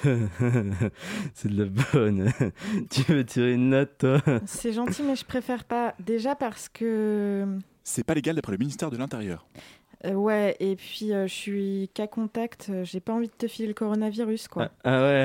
C'est de la bonne. Tu veux tirer une note, toi? C'est gentil, mais je préfère pas. Déjà parce que... C'est pas légal d'après le ministère de l'Intérieur. Ouais, et puis je suis cas contact, j'ai pas envie de te filer le coronavirus, quoi. Ah ouais.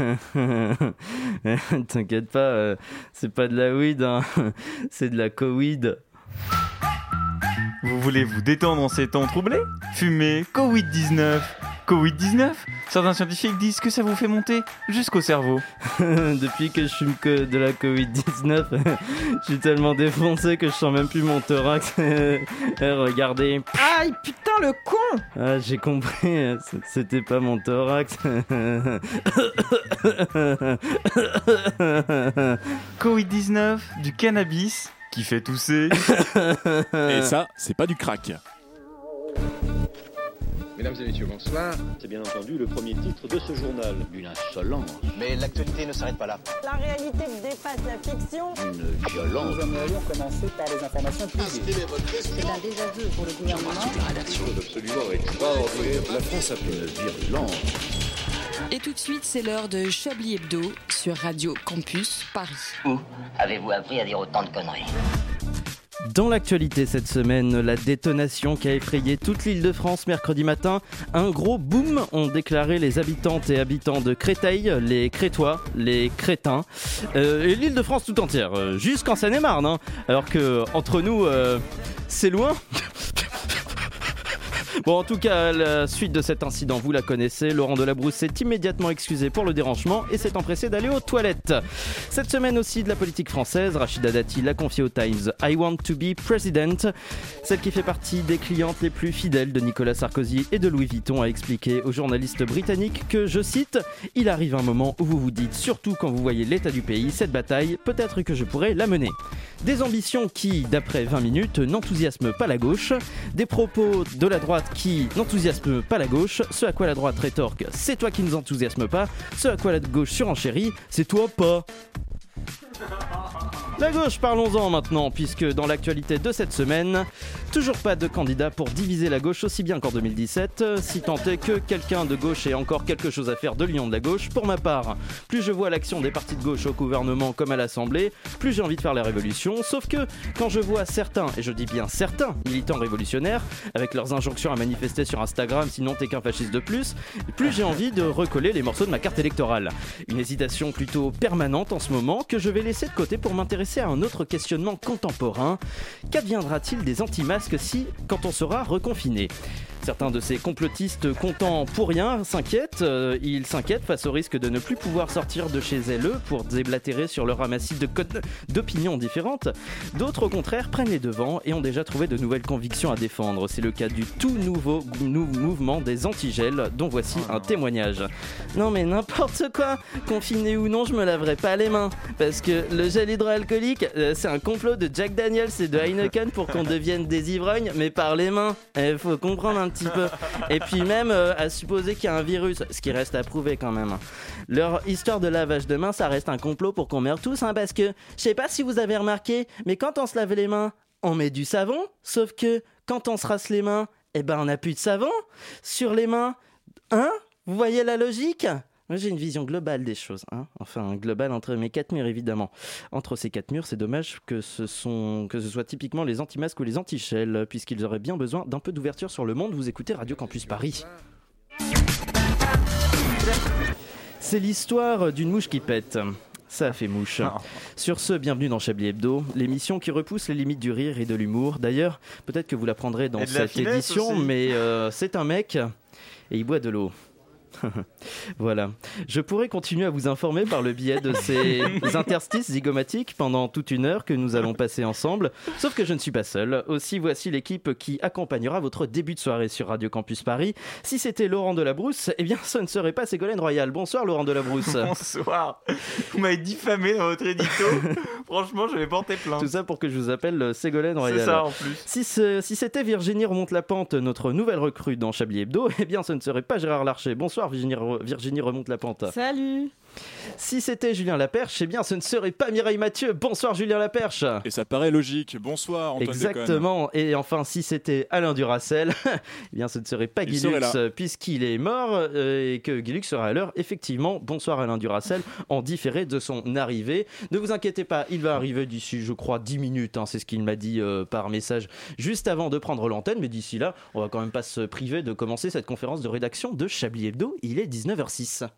T'inquiète pas, c'est pas de la weed, hein. C'est de la Covid. Vous voulez vous détendre en ces temps troublés? Fumez Covid-19. Covid-19? Certains scientifiques disent que ça vous fait monter jusqu'au cerveau. Depuis que je fume que de la Covid-19, je suis tellement défoncé que je sens même plus mon thorax. Regardez. Aïe, putain, le con! Ah, j'ai compris, c'était pas mon thorax. Covid-19, du cannabis qui fait tousser. Et ça, c'est pas du crack. Mesdames et messieurs, bonsoir. C'est bien entendu le premier titre de ce journal. Une insolence. Mais l'actualité ne s'arrête pas là. La réalité dépasse la fiction. Une violence. Nous aimerions commencer par les informations privées. C'est un désaveu pour le gouvernement. La rédaction est absolument extraordinaire. La France a fait une virulence. Et tout de suite, c'est l'heure de Chablis Hebdo sur Radio Campus Paris. Où avez-vous appris à dire autant de conneries ? Dans l'actualité cette semaine, la détonation qui a effrayé toute l'île de France mercredi matin. Un gros boom ont déclaré les habitantes et habitants de Créteil, les Crétois, les Crétins, et l'île de France tout entière, jusqu'en Seine-et-Marne, hein. Alors que entre nous, c'est loin. Bon, en tout cas, la suite de cet incident, vous la connaissez. Laurent Delabrousse s'est immédiatement excusé pour le dérangement et s'est empressé d'aller aux toilettes. Cette semaine aussi de la politique française, Rachida Dati l'a confié au Times. I want to be president. Celle qui fait partie des clientes les plus fidèles de Nicolas Sarkozy et de Louis Vuitton a expliqué aux journalistes britanniques que, je cite, « Il arrive un moment où vous vous dites, surtout quand vous voyez l'état du pays, cette bataille, peut-être que je pourrais la mener. » Des ambitions qui, d'après 20 minutes, n'enthousiasment pas la gauche. Des propos de la droite qui n'enthousiasment pas la gauche. Ce à quoi la droite rétorque, c'est toi qui ne nous enthousiasme pas. Ce à quoi la gauche surenchérit, c'est toi pas. La gauche, parlons-en maintenant, puisque dans l'actualité de cette semaine, toujours pas de candidat pour diviser la gauche aussi bien qu'en 2017, si tant est que quelqu'un de gauche ait encore quelque chose à faire de l'union de la gauche. Pour ma part, plus je vois l'action des partis de gauche au gouvernement comme à l'Assemblée, plus j'ai envie de faire la révolution, sauf que quand je vois certains, et je dis bien certains, militants révolutionnaires, avec leurs injonctions à manifester sur Instagram sinon t'es qu'un fasciste de plus j'ai envie de recoller les morceaux de ma carte électorale. Une hésitation plutôt permanente en ce moment que je vais laisser de côté pour m'intéresser à un autre questionnement contemporain. Qu'adviendra-t-il des anti-masques quand on sera reconfiné ? Certains de ces complotistes comptant pour rien s'inquiètent. Ils s'inquiètent face au risque de ne plus pouvoir sortir de chez eux pour déblatérer sur leur ramassis d'opinions différentes. D'autres, au contraire, prennent les devants et ont déjà trouvé de nouvelles convictions à défendre. C'est le cas du tout nouveau mouvement des antigels, dont voici un témoignage. Non mais n'importe quoi, confiné ou non, je me laverai pas les mains. Parce que le gel hydroalcoolique, c'est un complot de Jack Daniels et de Heineken pour qu'on devienne des ivrognes, mais par les mains. Il faut comprendre un petit peu. Et puis même à supposer qu'il y a un virus, ce qui reste à prouver quand même. Leur histoire de lavage de mains, ça reste un complot pour qu'on meure tous, hein, parce que je sais pas si vous avez remarqué, mais quand on se lave les mains, on met du savon, sauf que quand on se rase les mains, eh ben on n'a plus de savon sur les mains. Hein ? Vous voyez la logique ? Moi, j'ai une vision globale des choses, hein. Enfin, globale entre mes 4 murs, évidemment. Entre ces 4 murs, c'est dommage que ce soit typiquement les anti-masques ou les anti-shell, puisqu'ils auraient bien besoin d'un peu d'ouverture sur le monde. Vous écoutez Radio Campus Paris. C'est l'histoire d'une mouche qui pète. Ça a fait mouche. Sur ce, bienvenue dans Chablis Hebdo, l'émission qui repousse les limites du rire et de l'humour. D'ailleurs, peut-être que vous l'apprendrez dans cette édition, aussi. Mais c'est un mec et il boit de l'eau. Voilà. Je pourrais continuer à vous informer par le biais de ces interstices zygomatiques pendant toute une heure que nous allons passer ensemble, sauf que je ne suis pas seul. Aussi, voici l'équipe qui accompagnera votre début de soirée sur Radio Campus Paris. Si c'était Laurent Delabrousse, eh bien ce ne serait pas Ségolène Royal. Bonsoir Laurent Delabrousse. Bonsoir. Vous m'avez diffamé dans votre édito. Franchement, je vais porter plainte. Tout ça pour que je vous appelle Ségolène Royal. C'est ça en plus. Si c'était Virginie Remonte-la-Pente, notre nouvelle recrue dans Chablis Hebdo, eh bien ce ne serait pas Gérard Larcher. Bonsoir Virginie Remonte-la-Pente. Salut. Si c'était Julien Laperche, eh bien ce ne serait pas Mireille Mathieu. Bonsoir Julien Laperche. Et ça paraît logique. Bonsoir Antoine Exactement. Et enfin, si c'était Alain Duracell, eh bien ce ne serait pas Guy Lux puisqu'il est mort et que Guy Lux sera à l'heure. Effectivement, bonsoir Alain Duracell en différé de son arrivée. Ne vous inquiétez pas, il va arriver d'ici, je crois, 10 minutes. C'est ce qu'il m'a dit par message juste avant de prendre l'antenne. Mais d'ici là, on va quand même pas se priver de commencer cette conférence de rédaction de Chablis Hebdo. Il est 19h06.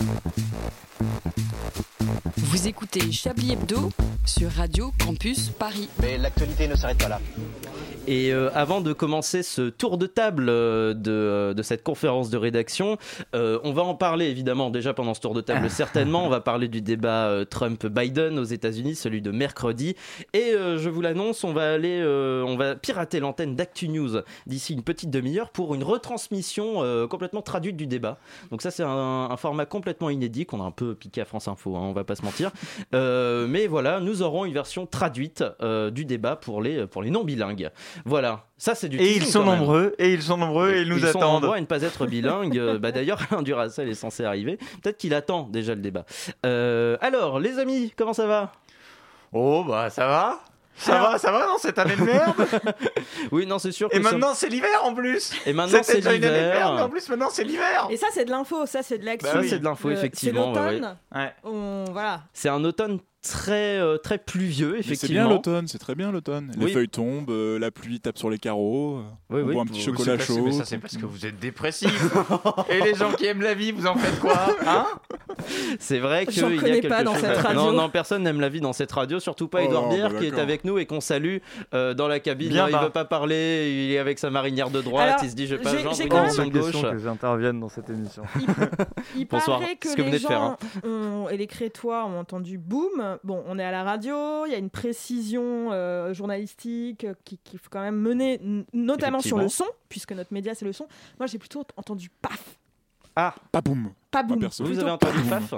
Vous écoutez Chablis Hebdo sur Radio Campus Paris. Mais l'actualité ne s'arrête pas là. Et avant de commencer ce tour de table de cette conférence de rédaction, on va en parler évidemment déjà pendant ce tour de table certainement. On va parler du débat Trump-Biden aux États-Unis, celui de mercredi. Et je vous l'annonce, on va pirater l'antenne d'Actu News d'ici une petite demi-heure pour une retransmission complètement traduite du débat. Donc ça c'est un format complètement inédit qu'on a un peu piqué à France Info, on va pas se mentir. Mais voilà, nous aurons une version traduite du débat pour les non-bilingues. Voilà, ça c'est du et ils sont nombreux, et ils nous attendent. Ils sont nombreux à ne pas être bilingues. D'ailleurs, Alain Duracell est censé arriver. Peut-être qu'il attend déjà le débat. Alors, les amis, comment ça va ? Oh, ça va. Ça va dans cette année de merde. Oui, non, c'est sûr. Et maintenant, c'est l'hiver en plus. Et maintenant, c'est déjà l'hiver. Une année de merde, mais en plus, maintenant, c'est l'hiver. Et ça, c'est de l'info, ça, c'est de l'actu. Ça, c'est de l'info, effectivement. C'est l'automne. Ouais. Voilà. C'est un automne très pluvieux, effectivement. Mais c'est bien l'automne, c'est très bien l'automne. Les feuilles tombent, la pluie tape sur les carreaux, on boit un petit chocolat chaud. Mais ça, c'est parce que vous êtes dépressif. Et les gens qui aiment la vie, vous en faites quoi, hein ? C'est vrai qu'il J'en y a connais quelque pas dans chose. cette radio. Non, personne n'aime la vie dans cette radio, surtout pas Edouard Bière qui est avec nous et qu'on salue dans la cabine. Il veut pas parler, il est avec sa marinière de droite. Alors, il se dit je vais pas joindre une émission de gauche. Que j'intervienne dans cette émission. Il paraît que les gens et les Crétois ont entendu boum. Bon, on est à la radio, il y a une précision journalistique qu'il faut quand même mener, notamment sur le son, puisque notre média c'est le son. Moi j'ai plutôt entendu paf. Ah, pas boum. Pas boum. Vous avez entendu paf.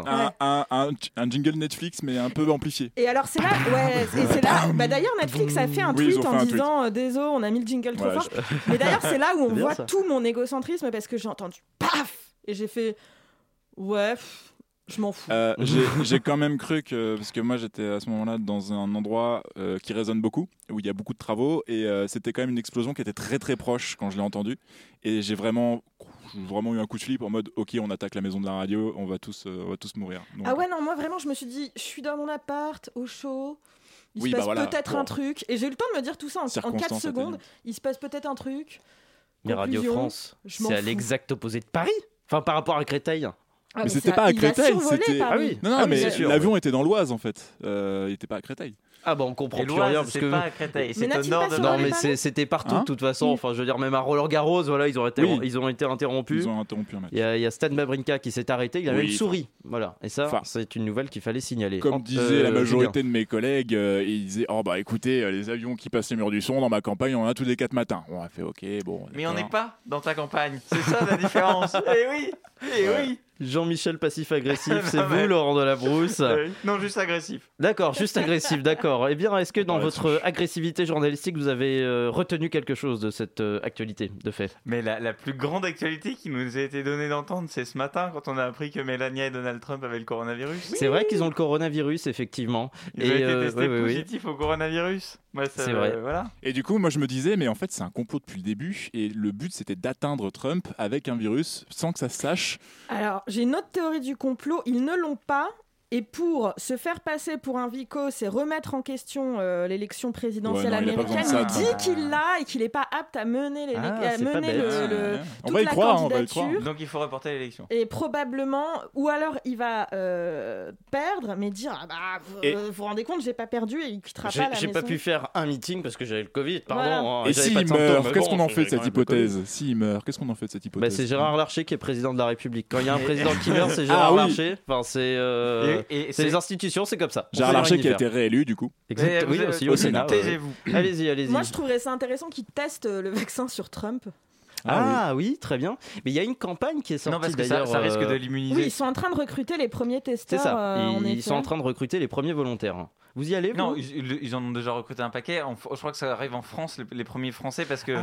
Un jingle Netflix, mais un peu amplifié. Et alors c'est là, c'est là. D'ailleurs Netflix a fait un tweet en disant désolé, on a mis le jingle trop fort. Mais d'ailleurs c'est là où on voit tout mon égocentrisme parce que j'ai entendu paf et j'ai fait ouais. Je m'en fous. J'ai quand même cru que, parce que moi j'étais à ce moment-là dans un endroit qui résonne beaucoup, où il y a beaucoup de travaux, et c'était quand même une explosion qui était très très proche quand je l'ai entendue. Et j'ai vraiment eu un coup de flip en mode ok, on attaque la maison de la radio, on va tous mourir. Donc, non, moi vraiment je me suis dit, je suis dans mon appart, au chaud. Il se passe peut-être un truc. Et j'ai eu le temps de me dire tout ça en 4 secondes. Il se passe peut-être un truc. Mais Radio France, c'est à l'exact opposé de Paris. Enfin, par rapport à Créteil. Mais c'était pas à Créteil, c'était. Ah oui. Non, mais l'avion était dans l'Oise en fait. Il était pas à Créteil. Ah on comprend plus rien parce c'est que pas à Créteil, c'est au nord de. Non, mais c'était partout de toute façon. Enfin, je veux dire, même à Roland-Garros, voilà, ils ont été interrompus. Ils ont interrompu un match. Il y a Stan Wawrinka qui s'est arrêté, il a même souri. Voilà, et ça, c'est une nouvelle qu'il fallait signaler. Comme disait la majorité de mes collègues, ils disaient écoutez, les avions qui passent les murs du son dans ma campagne, on en a tous les 4 matins. On a fait ok, bon. Mais on n'est pas dans ta campagne, c'est ça la différence. Eh oui. Jean-Michel passif-agressif, c'est vous, Laurent Delabrousse? Non, juste agressif. D'accord, juste agressif, d'accord. Eh bien, est-ce que dans votre agressivité journalistique, vous avez retenu quelque chose de cette actualité, de fait? Mais la plus grande actualité qui nous a été donnée d'entendre, c'est ce matin, quand on a appris que Melania et Donald Trump avaient le coronavirus. C'est vrai qu'ils ont le coronavirus, effectivement. Ils ont été testés positifs au coronavirus. C'est vrai. Voilà. Et du coup, moi, je me disais, mais en fait, c'est un complot depuis le début. Et le but, c'était d'atteindre Trump avec un virus sans que ça se sache. Alors, j'ai une autre théorie du complot. Ils ne l'ont pas. Et pour se faire passer pour un vicos et remettre en question l'élection présidentielle américaine, il dit qu'il l'a et qu'il n'est pas apte à mener, on va y croire, Donc il faut reporter l'élection. Et probablement, ou alors il va perdre, mais dire vous vous rendez compte, j'ai pas perdu et il quittera pas la maison. J'ai pas pu faire un meeting parce que j'avais le Covid, pardon. Voilà. Et s'il meurt, qu'est-ce qu'on en fait de cette hypothèse? S'il meurt, qu'est-ce qu'on en fait de cette hypothèse? C'est Gérard Larcher qui est président de la République. Quand il y a un président qui meurt, c'est Gérard Larcher. Enfin, c'est les institutions, c'est comme ça. Gérard Larcher qui a été réélu du coup. Exact. Oui, aussi au Sénat. Taisez-vous. Allez-y. Moi, je trouverais ça intéressant qu'ils testent le vaccin sur Trump. Oui, très bien. Mais il y a une campagne qui est sortie. Non, parce que d'ailleurs, ça risque de l'immuniser. Oui, ils sont en train de recruter les premiers testeurs. C'est ça. Ils sont en train de recruter les premiers volontaires. Vous y allez, vous? Non, ils en ont déjà recruté un paquet. Je crois que ça arrive en France, les premiers Français, parce que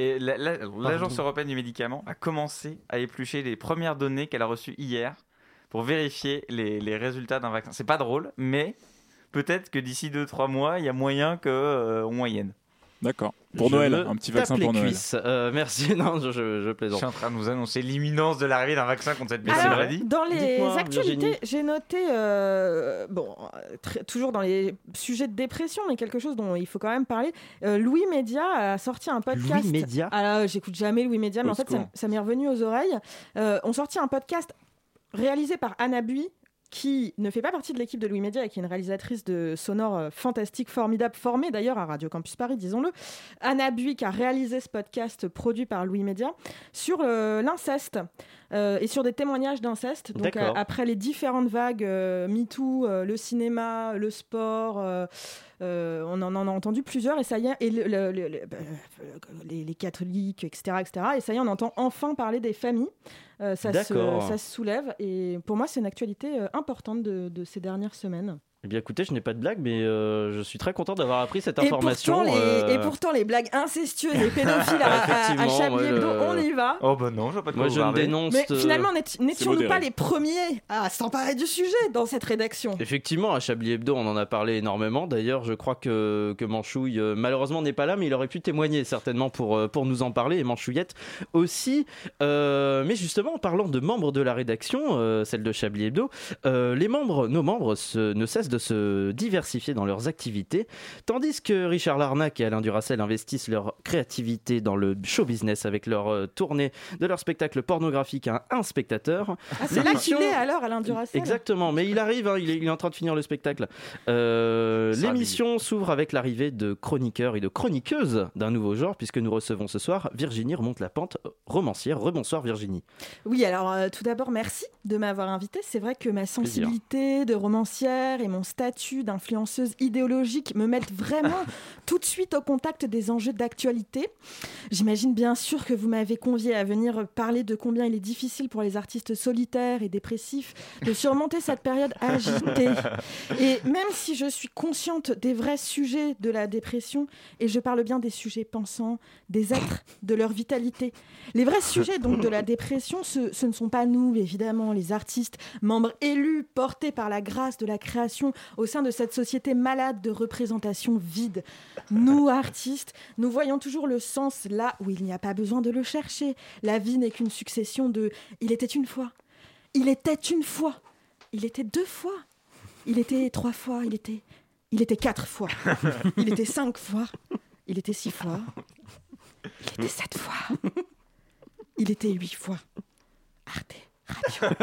l'Agence européenne du médicament a commencé à éplucher les premières données qu'elle a reçues hier pour vérifier les résultats d'un vaccin. C'est pas drôle, mais peut-être que d'ici 2-3 mois, il y a moyen qu'on moyenne. D'accord. Pour Noël, un petit vaccin pour Noël. Merci, non, je plaisante. Je suis en train de vous annoncer l'imminence de l'arrivée d'un vaccin contre cette maladie. Dans les actualités, j'ai noté, toujours dans les sujets de dépression, mais quelque chose dont il faut quand même parler. Louis Média a sorti un podcast. Louis Média j'écoute jamais Louis Média, mais en fait, ça m'est revenu aux oreilles. On sorti un podcast réalisé par Anna Bui, qui ne fait pas partie de l'équipe de Louis Média et qui est une réalisatrice de sonore fantastique, formidable, formée d'ailleurs à Radio Campus Paris, disons-le. Anna Bui qui a réalisé ce podcast produit par Louis Média sur l'inceste et sur des témoignages d'inceste. Donc après les différentes vagues, MeToo, le cinéma, le sport, on en a entendu plusieurs et ça y est, et les catholiques, etc., etc. Et ça y est, on entend enfin parler des familles. Ça se soulève et pour moi c'est une actualité importante de ces dernières semaines. Eh bien écoutez, je n'ai pas de blague, mais je suis très content d'avoir appris cette information. Et pourtant les blagues incestueuses et pédophiles à Chablis Hebdo, on y va. Oh bah non, je vois pas de quoi je ne dénonce. Mais finalement, n'étions-nous pas les premiers à s'emparer du sujet dans cette rédaction ? Effectivement, à Chablis Hebdo, on en a parlé énormément. D'ailleurs, je crois que Manchouille, malheureusement, n'est pas là, mais il aurait pu témoigner certainement pour nous en parler, et Manchouillette aussi. Mais justement, en parlant de membres de la rédaction, celle de Chablis Hebdo, nos membres ne cessent de se diversifier dans leurs activités, tandis que Richard Larnac et Alain Duracell investissent leur créativité dans le show business avec leur tournée de leur spectacle pornographique à un spectateur. C'est là qu'il est alors, Alain Duracell. Exactement, mais il arrive, il est en train de finir le spectacle. L'émission s'ouvre avec l'arrivée de chroniqueurs et de chroniqueuses d'un nouveau genre, puisque nous recevons ce soir Virginie Remonte la Pente, romancière. Rebonsoir Virginie. Oui, alors tout d'abord merci de m'avoir invitée. C'est vrai que ma sensibilité de romancière et mon statut d'influenceuse idéologique me mettent vraiment tout de suite au contact des enjeux d'actualité. J'imagine bien sûr que vous m'avez conviée à venir parler de combien il est difficile pour les artistes solitaires et dépressifs de surmonter cette période agitée. Et même si je suis consciente des vrais sujets de la dépression, et je parle bien des sujets pensants, des êtres, de leur vitalité, les vrais sujets donc de la dépression, ce ne sont pas nous, évidemment, les artistes, membres élus, portés par la grâce de la création au sein de cette société malade de représentation vide. Nous, artistes, nous voyons toujours le sens là où il n'y a pas besoin de le chercher. La vie n'est qu'une succession de « il était une fois »,« il était une fois »,« il était 2 fois »,« il était 3 fois »,« il était 4 fois »,« il était 5 fois »,« il était 6 fois »,« il était 7 fois »,« il était 8 fois ». Arte Radio.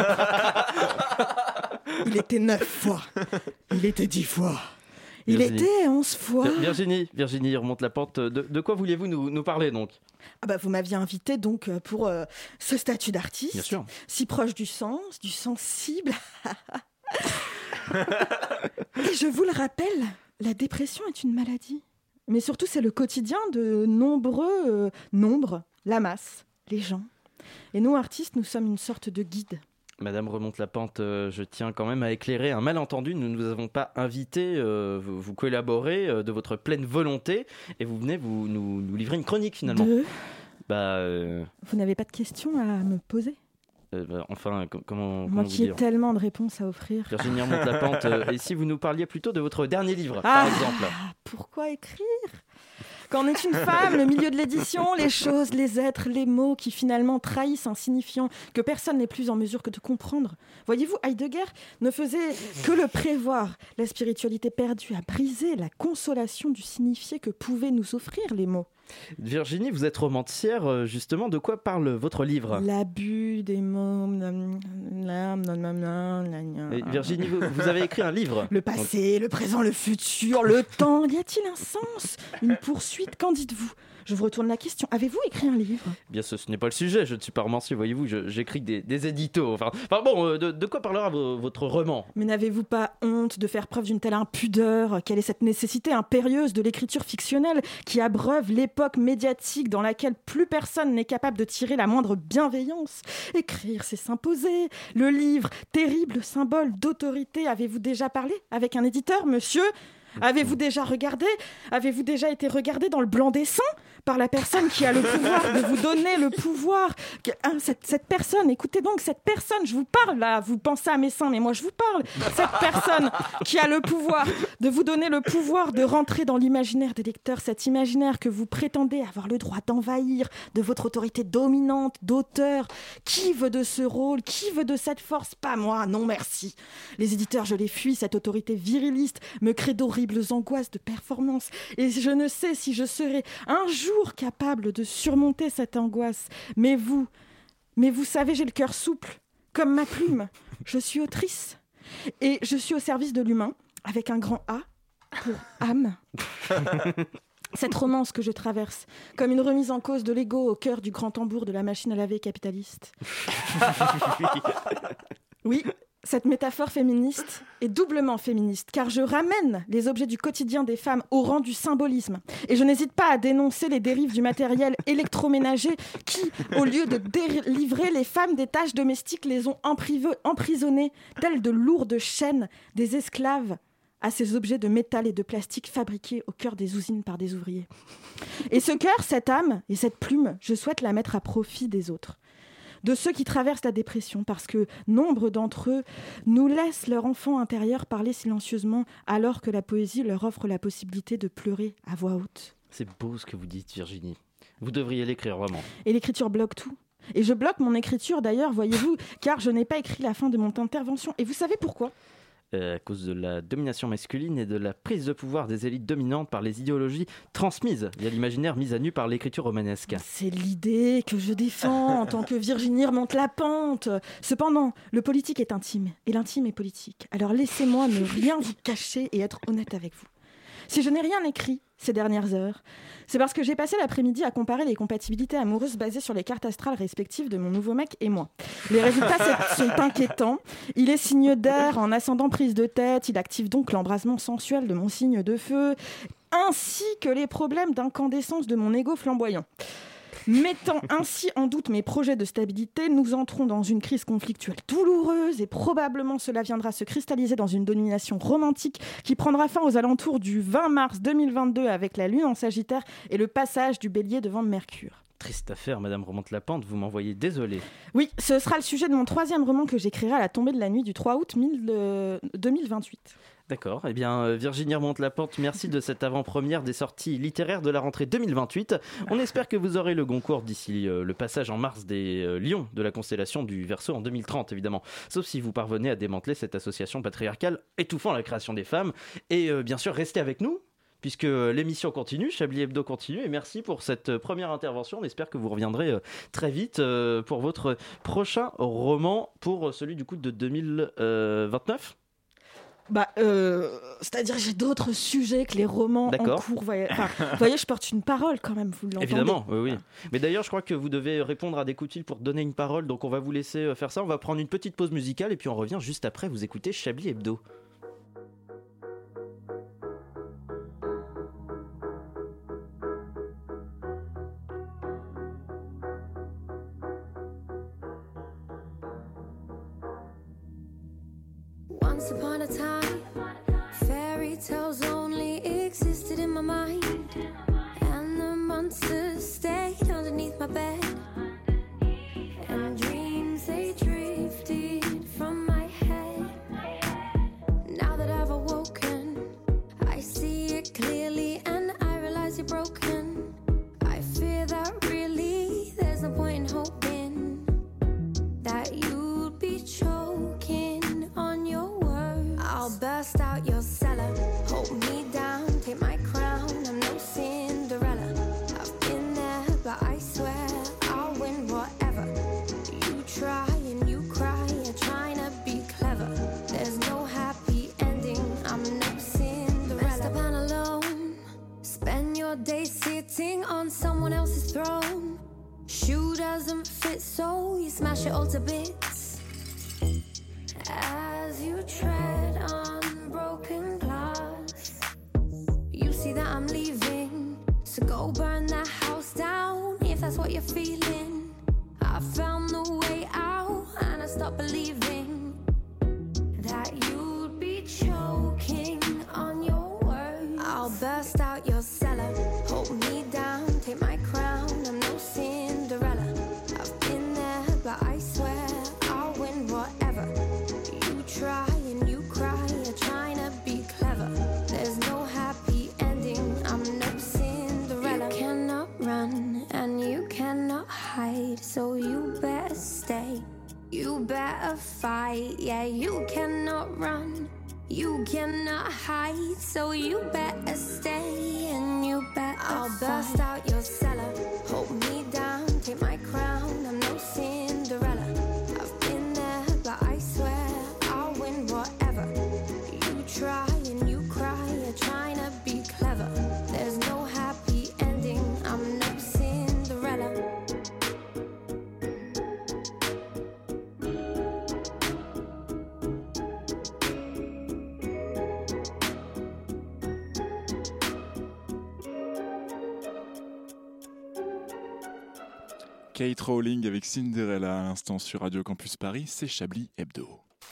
Il était 9 fois. Il était 10 fois. Il était 11 fois. Virginie Remonte la Pente. De quoi vouliez-vous nous parler donc ? Vous m'aviez invité donc pour ce statut d'artiste. Bien sûr. Si proche du sens, du sensible. Et je vous le rappelle, la dépression est une maladie. Mais surtout, c'est le quotidien de nombreux nombres, la masse, les gens. Et nous, artistes, nous sommes une sorte de guide. Madame Remonte la Pente, je tiens quand même à éclairer un malentendu. Nous ne vous avons pas invité, vous collaborez de votre pleine volonté et vous venez nous livrer une chronique finalement. Vous n'avez pas de questions à me poser ? Comment Moi vous qui ai dire tellement de réponses à offrir. Virginie Remonte la Pente, et si vous nous parliez plutôt de votre dernier livre, par exemple ? Pourquoi écrire ? Quand on est une femme, le milieu de l'édition, les choses, les êtres, les mots qui finalement trahissent un signifiant que personne n'est plus en mesure que de comprendre. Voyez-vous, Heidegger ne faisait que le prévoir. La spiritualité perdue a brisé la consolation du signifié que pouvaient nous offrir les mots. Virginie, vous êtes romancière, justement, de quoi parle votre livre ? L'abus des mots. Et Virginie, vous avez écrit un livre. Le passé, le présent, le futur, le temps. Y a-t-il un sens ? Une poursuite ? Qu'en dites-vous ? Je vous retourne la question. Avez-vous écrit un livre ? Bien, ce n'est pas le sujet. Je ne suis pas romancier, voyez-vous. J'écris des éditos. De quoi parlera votre roman ? Mais n'avez-vous pas honte de faire preuve d'une telle impudeur ? Quelle est cette nécessité impérieuse de l'écriture fictionnelle qui abreuve l'époque médiatique dans laquelle plus personne n'est capable de tirer la moindre bienveillance ? Écrire, c'est s'imposer. Le livre, terrible symbole d'autorité. Avez-vous déjà parlé avec un éditeur, monsieur ? Avez-vous déjà été regardé dans le blanc des seins par la personne qui a le pouvoir de vous donner le pouvoir cette personne, écoutez donc, cette personne, je vous parle là, vous pensez à mes seins, mais moi je vous parle. Cette personne qui a le pouvoir de vous donner le pouvoir de rentrer dans l'imaginaire des lecteurs, cet imaginaire que vous prétendez avoir le droit d'envahir de votre autorité dominante, d'auteur. Qui veut de ce rôle ? Qui veut de cette force ? Pas moi, non merci. Les éditeurs, je les fuis, cette autorité viriliste me crée d'horribles angoisses de performance. Et je ne sais si je serai un jour capable de surmonter cette angoisse. Mais vous savez, j'ai le cœur souple, comme ma plume. Je suis autrice. Et je suis au service de l'humain, avec un grand A pour âme. Cette romance que je traverse, comme une remise en cause de l'ego au cœur du grand tambour de la machine à laver capitaliste. Oui, cette métaphore féministe est doublement féministe, car je ramène les objets du quotidien des femmes au rang du symbolisme. Et je n'hésite pas à dénoncer les dérives du matériel électroménager qui, au lieu de délivrer les femmes des tâches domestiques, les ont emprisonnées, telles de lourdes chaînes des esclaves, à ces objets de métal et de plastique fabriqués au cœur des usines par des ouvriers. Et ce cœur, cette âme et cette plume, je souhaite la mettre à profit des autres. De ceux qui traversent la dépression, parce que nombre d'entre eux nous laissent leur enfant intérieur parler silencieusement, alors que la poésie leur offre la possibilité de pleurer à voix haute. C'est beau ce que vous dites, Virginie. Vous devriez l'écrire, vraiment. Et l'écriture bloque tout. Et je bloque mon écriture, d'ailleurs, voyez-vous, car je n'ai pas écrit la fin de mon intervention. Et vous savez pourquoi ? À cause de la domination masculine et de la prise de pouvoir des élites dominantes par les idéologies transmises via l'imaginaire mis à nu par l'écriture romanesque. C'est l'idée que je défends en tant que Virginie remonte la pente. Cependant, le politique est intime et l'intime est politique. Alors laissez-moi ne rien vous cacher et être honnête avec vous. Si je n'ai rien écrit ces dernières heures, c'est parce que j'ai passé l'après-midi à comparer les compatibilités amoureuses basées sur les cartes astrales respectives de mon nouveau mec et moi. Les résultats sont inquiétants. Il est signe d'air en ascendant prise de tête. Il active donc l'embrasement sensuel de mon signe de feu, ainsi que les problèmes d'incandescence de mon égo flamboyant. Mettant ainsi en doute mes projets de stabilité, nous entrons dans une crise conflictuelle douloureuse et probablement cela viendra se cristalliser dans une domination romantique qui prendra fin aux alentours du 20 mars 2022 avec la Lune en Sagittaire et le passage du Bélier devant Mercure. Triste affaire, Madame Remonte la Pente, vous m'envoyez désolé. Oui, ce sera le sujet de mon 3e roman que j'écrirai à la tombée de la nuit du 3 août 2028. D'accord, eh bien Virginie Remonte la Pente, merci de cette avant-première des sorties littéraires de la rentrée 2028. On espère que vous aurez le Goncourt d'ici le passage en mars des lions de la constellation du Verseau en 2030 évidemment. Sauf si vous parvenez à démanteler cette association patriarcale étouffant la création des femmes. Et bien sûr, restez avec nous, puisque l'émission continue, Chablis Hebdo continue, et merci pour cette première intervention. On espère que vous reviendrez très vite pour votre prochain roman, pour celui du coup de 2029. C'est-à-dire j'ai d'autres sujets que les romans en cours. Vous voyez, je porte une parole quand même, vous l'entendez. Évidemment, oui. Mais d'ailleurs, je crois que vous devez répondre à des coups de fil pour donner une parole, donc on va vous laisser faire ça. On va prendre une petite pause musicale et puis on revient juste après. Vous écoutez Chablis Hebdo. Once upon a time, fairy tales only existed in my mind, and the monsters stayed underneath my bed, and dreams they drifted from my head. Now that I've awoken, I see it clearly and I realize you're broken. I fear that really there's no point in hoping that you'd be choking on your I'll burst out your cellar, hold me down, take my crown. I'm no Cinderella. I've been there, but I swear I'll win whatever. You try and you cry, you're trying to be clever. There's no happy ending, I'm no Cinderella. Messed up and alone, spend your day sitting on someone else's throne. Shoe doesn't fit, so you smash it all to bits. As you tread on broken glass, you see that I'm leaving, so go burn that house down if that's what you're feeling. I found the way out and I stopped believing that you'd be choking on your words. You better fight, yeah, you cannot run, you cannot hide, so you better stay and you better I'll bust out your cellar, hold me down, take my crown, I'm no Cinderella. I've been there, but I swear I'll win whatever. You try and you cry, you're trying to be clever. There's no happy ending, I'm no Cinderella. Kate Rowling avec Cinderella à l'instant sur Radio Campus Paris, c'est Chablis Hebdo.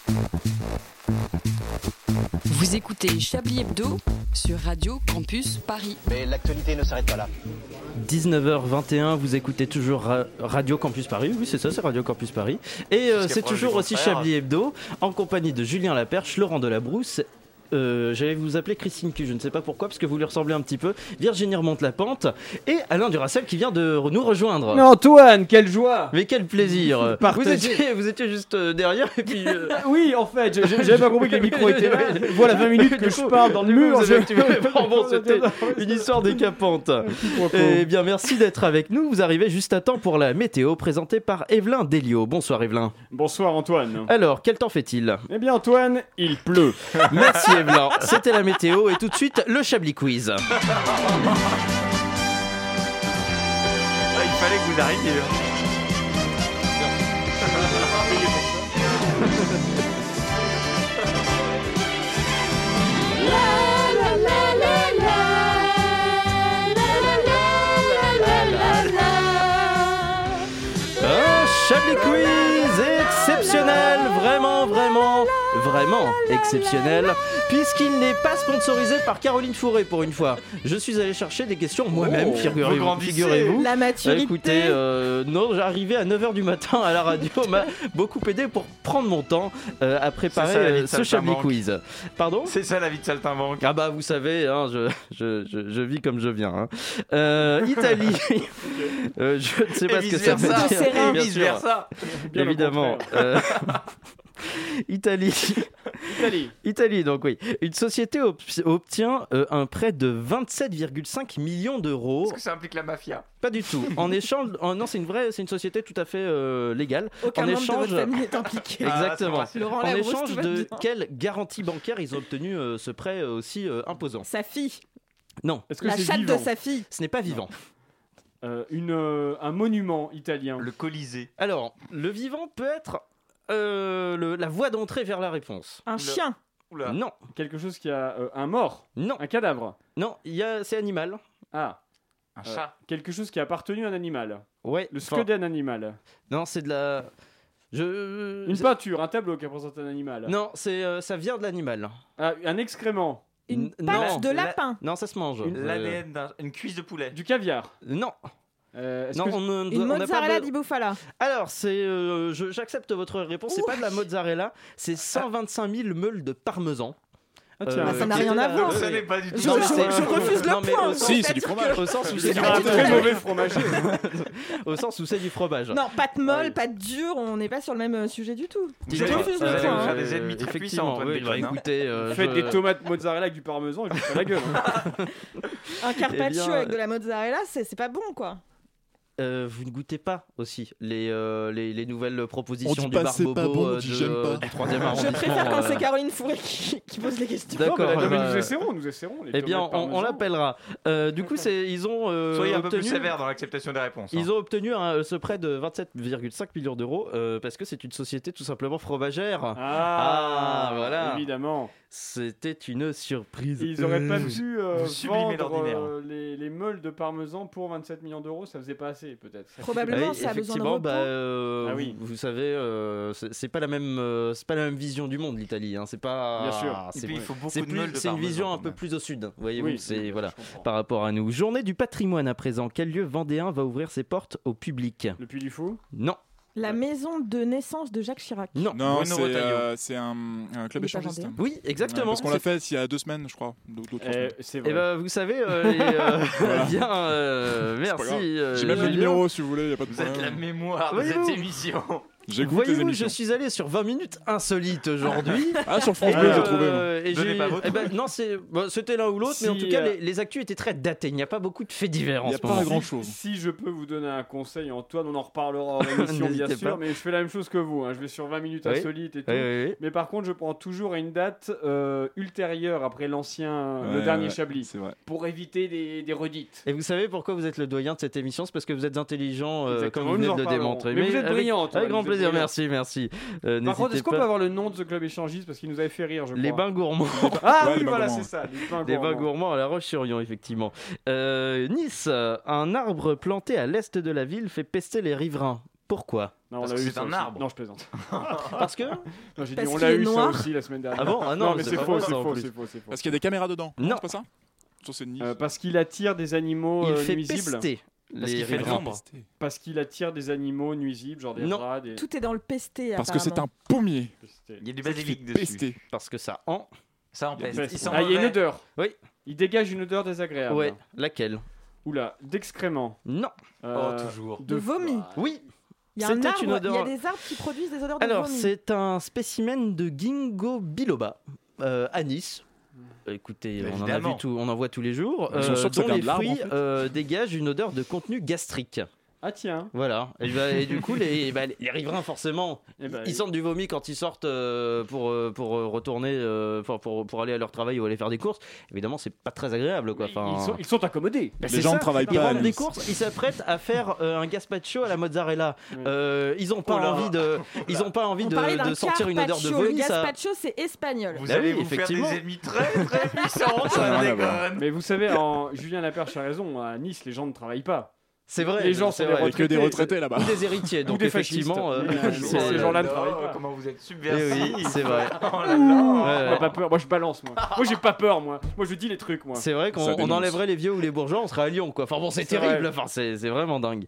Vous écoutez Chablis Hebdo sur Radio Campus Paris. Mais l'actualité ne s'arrête pas là. 19h21, vous écoutez toujours Radio Campus Paris. Oui, c'est ça, c'est Radio Campus Paris. Et c'est toujours aussi Chablis Hebdo, en compagnie de Julien Laperche, Laurent Delabrousse. J'allais vous appeler Christine Q, je ne sais pas pourquoi, parce que vous lui ressemblez un petit peu. Virginie remonte la pente. Et Alain Duracell qui vient de nous rejoindre. Mais Antoine, quelle joie! Mais quel plaisir! Vous étiez juste derrière et puis. Oui, en fait, j'avais pas compris que les micros étaient là. Voilà 20 minutes que je parle dans le mur. Bon, c'était une histoire décapante. Eh bien, merci d'être avec nous. Vous arrivez juste à temps pour la météo présentée par Evelyne Delio. Bonsoir Evelyne. Bonsoir Antoine. Alors, quel temps fait-il? Eh bien Antoine, il pleut. Merci Evelyne. C'était la météo et tout de suite le Chablis Quiz. Il fallait que vous arriviez. Un Chablis Quiz exceptionnel, vraiment exceptionnel, puisqu'il n'est pas sponsorisé par Caroline Fourré pour une fois. Je suis allé chercher des questions moi-même, figurez-vous. La maturité. Écoutez, non, j'arrivais à 9h du matin à la radio, m'a beaucoup aidé pour prendre mon temps à préparer ce Chablis Quiz. Pardon ? C'est ça la vie de saltimbanque. Ah bah vous savez, hein, je vis comme je viens. Hein. Italie, je ne sais pas ce que ça veut dire. Et vice-versa. Évidemment. Italie, donc oui. Une société obtient un prêt de 27,5 millions d'euros. Est-ce que ça implique la mafia ? Pas du tout. En échange, non, c'est une société tout à fait légale. Aucun membre de votre famille n'est impliqué. Exactement. Laurent En Labrousse, échange tout va de bien. quelle garantie bancaire ils ont obtenu ce prêt aussi imposant ? Sa fille. Non. Est-ce que La c'est chatte vivant ? de sa fille. Ce n'est pas vivant. Un monument italien. Le Colisée. Alors, le vivant peut être la voie d'entrée vers la réponse. Un chien. Oula. Non. Quelque chose qui a un mort. Non. Un cadavre. Non, c'est animal. Ah. Un chat. Quelque chose qui a appartenu à un animal. Ouais. Le squelette d'un animal. Non, c'est de la. Une peinture, un tableau qui représente un animal. Non, ça vient de l'animal. Ah, un excrément. Une patte de lapin. Non, ça se mange. L'ADN d'une cuisse de poulet. Du caviar. Non. Une mozzarella di bufala. Alors, j'accepte votre réponse. C'est pas de la mozzarella, c'est 125 000 meules de parmesan. Ça n'a rien à voir. Ça n'est pas du tout. Je refuse le point. Si, c'est du fromage. Au sens où c'est un très mauvais fromager. Au sens où c'est du fromage. Non, pâte molle, pâte dure, on n'est pas sur le même sujet du tout. Je refuse le Vous allez point. vous faire des ennemis très puissants, Antoine Beltrame. Écoutez, Faites des tomates mozzarella avec du parmesan et je vous fais la gueule. Un carpaccio avec de la mozzarella, c'est pas bon quoi. Vous ne goûtez pas aussi les nouvelles propositions On dit du pas bar c'est pas bobo bon, on dit j'aime pas. du 3e arrondissement. Je préfère quand c'est Caroline Fourré qui pose les questions. D'accord. Non, mais nous essaierons. Eh bien, on l'appellera. Du coup, ils ont soyez un peu plus sévère dans l'acceptation des réponses. Ils ont obtenu ce prêt de 27,5 millions d'euros parce que c'est une société tout simplement fromagère. Ah, voilà. Évidemment. C'était une surprise. Ils auraient pas pu sublimez l'ordinaire. vendre les meules de parmesan pour 27 millions d'euros, ça faisait pas assez peut-être. Probablement, ça a besoin de repos. Oui. Vous savez, c'est pas la même vision du monde l'Italie. Hein. C'est pas. Bien sûr. Et puis, il faut beaucoup de meules de c'est une parmesan, vision un quand peu même. plus au sud. Voyez-vous, Oui, c'est voilà comprends. par rapport à nous. Journée du patrimoine à présent. Quel lieu vendéen va ouvrir ses portes au public ? Le Puy du Fou. Non. La maison de naissance de Jacques Chirac. Non. Non, Bruno Retailleau. c'est un club Il est échangiste. pas Oui, exactement. Parce qu'on l'a fait il y a 2 semaines, je crois. C'est Et vrai. ben, vous savez, bien, merci. J'ai même le numéro si vous voulez, il n'y a pas de Vous êtes problème. la mémoire de Voyez-vous. cette émission. Voyez-vous, je suis allé sur 20 minutes insolites aujourd'hui. Sur France Bleu, j'ai trouvé. Et non, c'était l'un ou l'autre, mais en tout cas, les actus étaient très datés. Il n'y a pas beaucoup de faits divers en ce moment. Il n'y a pas grand-chose. Si je peux vous donner un conseil, Antoine, on en reparlera en émission, bien sûr, mais je fais la même chose que vous. Je vais sur 20 minutes insolites et tout. Oui. Mais par contre, je prends toujours une date ultérieure après le dernier Chablis. C'est vrai. Pour éviter des redites. Et vous savez pourquoi vous êtes le doyen de cette émission ? C'est parce que vous êtes intelligent, comme vous venez de le démontrer. Mais vous êtes brillant, Antoine. Avec grand plaisir. Merci. Par contre, est-ce qu'on peut avoir le nom de ce club échangiste parce qu'il nous avait fait rire, je crois. Les Bains Gourmands. Oui, voilà, c'est ça. Les Bains Gourmands à La Roche-sur-Yon, effectivement. Nice, un arbre planté à l'est de la ville fait pester les riverains. Pourquoi ? Parce que c'est un arbre. Non, je plaisante. Parce que non, j'ai dit, on l'a eu ça aussi la semaine dernière. Ah bon ? Non, mais c'est faux. Parce qu'il y a des caméras dedans. Non, c'est pas ça. Parce qu'il attire des animaux nuisibles. Il fait pester. Les riverains. Parce qu'il attire des animaux nuisibles, genre des rats. Tout est dans le pesté. Parce que c'est un pommier. Il y a du basilic dessus. Parce que ça empeste. Il y a une odeur. Oui. Il dégage une odeur désagréable. Ouais. Laquelle ? Oula, d'excréments. Non. Toujours. De vomi. Oui. Il y a des arbres qui produisent des odeurs de vomi. Alors, c'est un spécimen de Ginkgo biloba à Nice. Écoutez, on en voit tous les jours. Dont les fruits dégagent une odeur de contenu gastrique. Ah tiens. Voilà. Et du coup, les riverains, forcément, ils sentent du vomi quand ils sortent pour retourner, pour aller à leur travail ou aller faire des courses. Évidemment, c'est pas très agréable, quoi. Ils sont accommodés. Les gens ne travaillent pas. Ils rentrent des courses, ils s'apprêtent à faire un gazpacho à la mozzarella. Ils ont pas envie de sortir une odeur de vomi. Le gazpacho, c'est espagnol. Vous allez vous faire des ennemis très très puissants, ça déconne. Mais vous savez, Julien Laperche a raison. À Nice, les gens ne travaillent pas. C'est vrai. Les gens sont des retraités. Que des retraités là-bas. Ou des héritiers. Donc effectivement, ces gens-là ne travaillent pas. Comment vous êtes subversifs. Oui, c'est vrai. Oh là là. Pas peur. Moi je balance moi. Moi j'ai pas peur moi. Moi je dis les trucs moi. C'est vrai qu'on enlèverait les vieux ou les bourgeois, on serait à Lyon quoi. Enfin bon, c'est terrible. Enfin c'est vraiment dingue.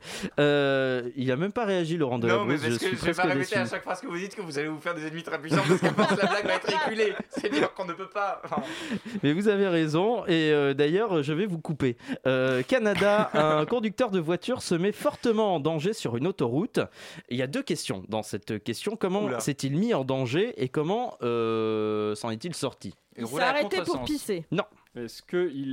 Il a même pas réagi Laurent Delabrousse. Non mais parce que je vais pas répéter à chaque phrase que vous dites que vous allez vous faire des ennemis très puissants parce qu'à force la blague va être éculée. C'est dire qu'on ne peut pas. Mais vous avez raison et d'ailleurs je vais vous couper. Canada, un conducteur de voiture se met fortement en danger sur une autoroute. Il y a deux questions dans cette question. Comment s'est-il mis en danger et comment s'en est-il sorti ? Il s'est arrêté pour pisser. Non. Est-ce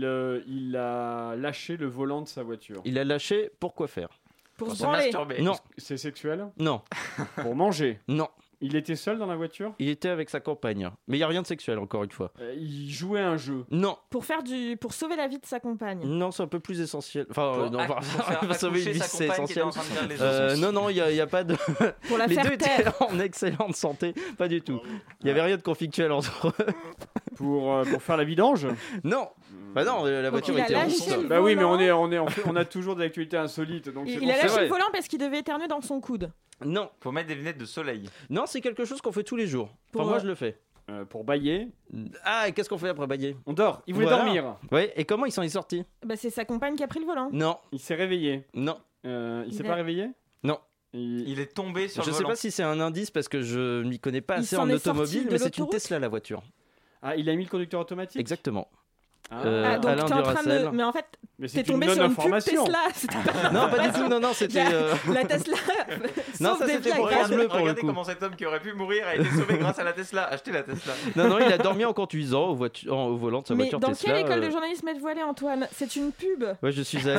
qu'il a lâché le volant de sa voiture ? Il a lâché pour quoi faire ? Pour se branler. Non. C'est sexuel ? Non. Pour manger ? Non. Il était seul dans la voiture ? Il était avec sa compagne. Mais il n'y a rien de sexuel, encore une fois. Il jouait à un jeu ? Non. Pour sauver la vie de sa compagne ? Non, c'est un peu plus essentiel. Enfin, pour sauver une vie, c'est essentiel. Non, il n'y a pas de... Pour la les faire deux taire. étaient en excellente santé. Pas du tout. Il n'y avait rien de conflictuel entre eux. Pour faire la vidange ? Non. Bah non, la voiture était en son. Bah oui, mais on a toujours des actualités insolites. Donc il a lâché le volant parce qu'il devait éternuer dans son coude. Non. Faut mettre des lunettes de soleil. Non, c'est quelque chose qu'on fait tous les jours. Enfin, moi, je le fais. Pour bailler. Ah, et qu'est-ce qu'on fait après bailler ? On dort. Il voulait dormir. Ouais, et comment il s'en est sorti ? Bah, c'est sa compagne qui a pris le volant. Non. Il s'est réveillé. Non. Il s'est pas réveillé ? Non. Il est tombé sur le volant. Je sais pas si c'est un indice parce que je m'y connais pas assez en automobile, mais c'est une Tesla la voiture. Ah, il a mis le conducteur automatique ? Exactement. Donc t'es en train de... Mais en fait, t'es tombé sur une pub Tesla. Non, pas du tout. Non, c'était... La Tesla. Non, ça c'était pour France Bleu pour le coup. Regardez comment cet homme qui aurait pu mourir a été sauvé grâce à la Tesla. Achetez la Tesla. Non, il a dormi en conduisant au volant de sa voiture Tesla. Mais dans quelle école de journalisme êtes-vous allé, Antoine ? C'est une pub. Ouais, je suis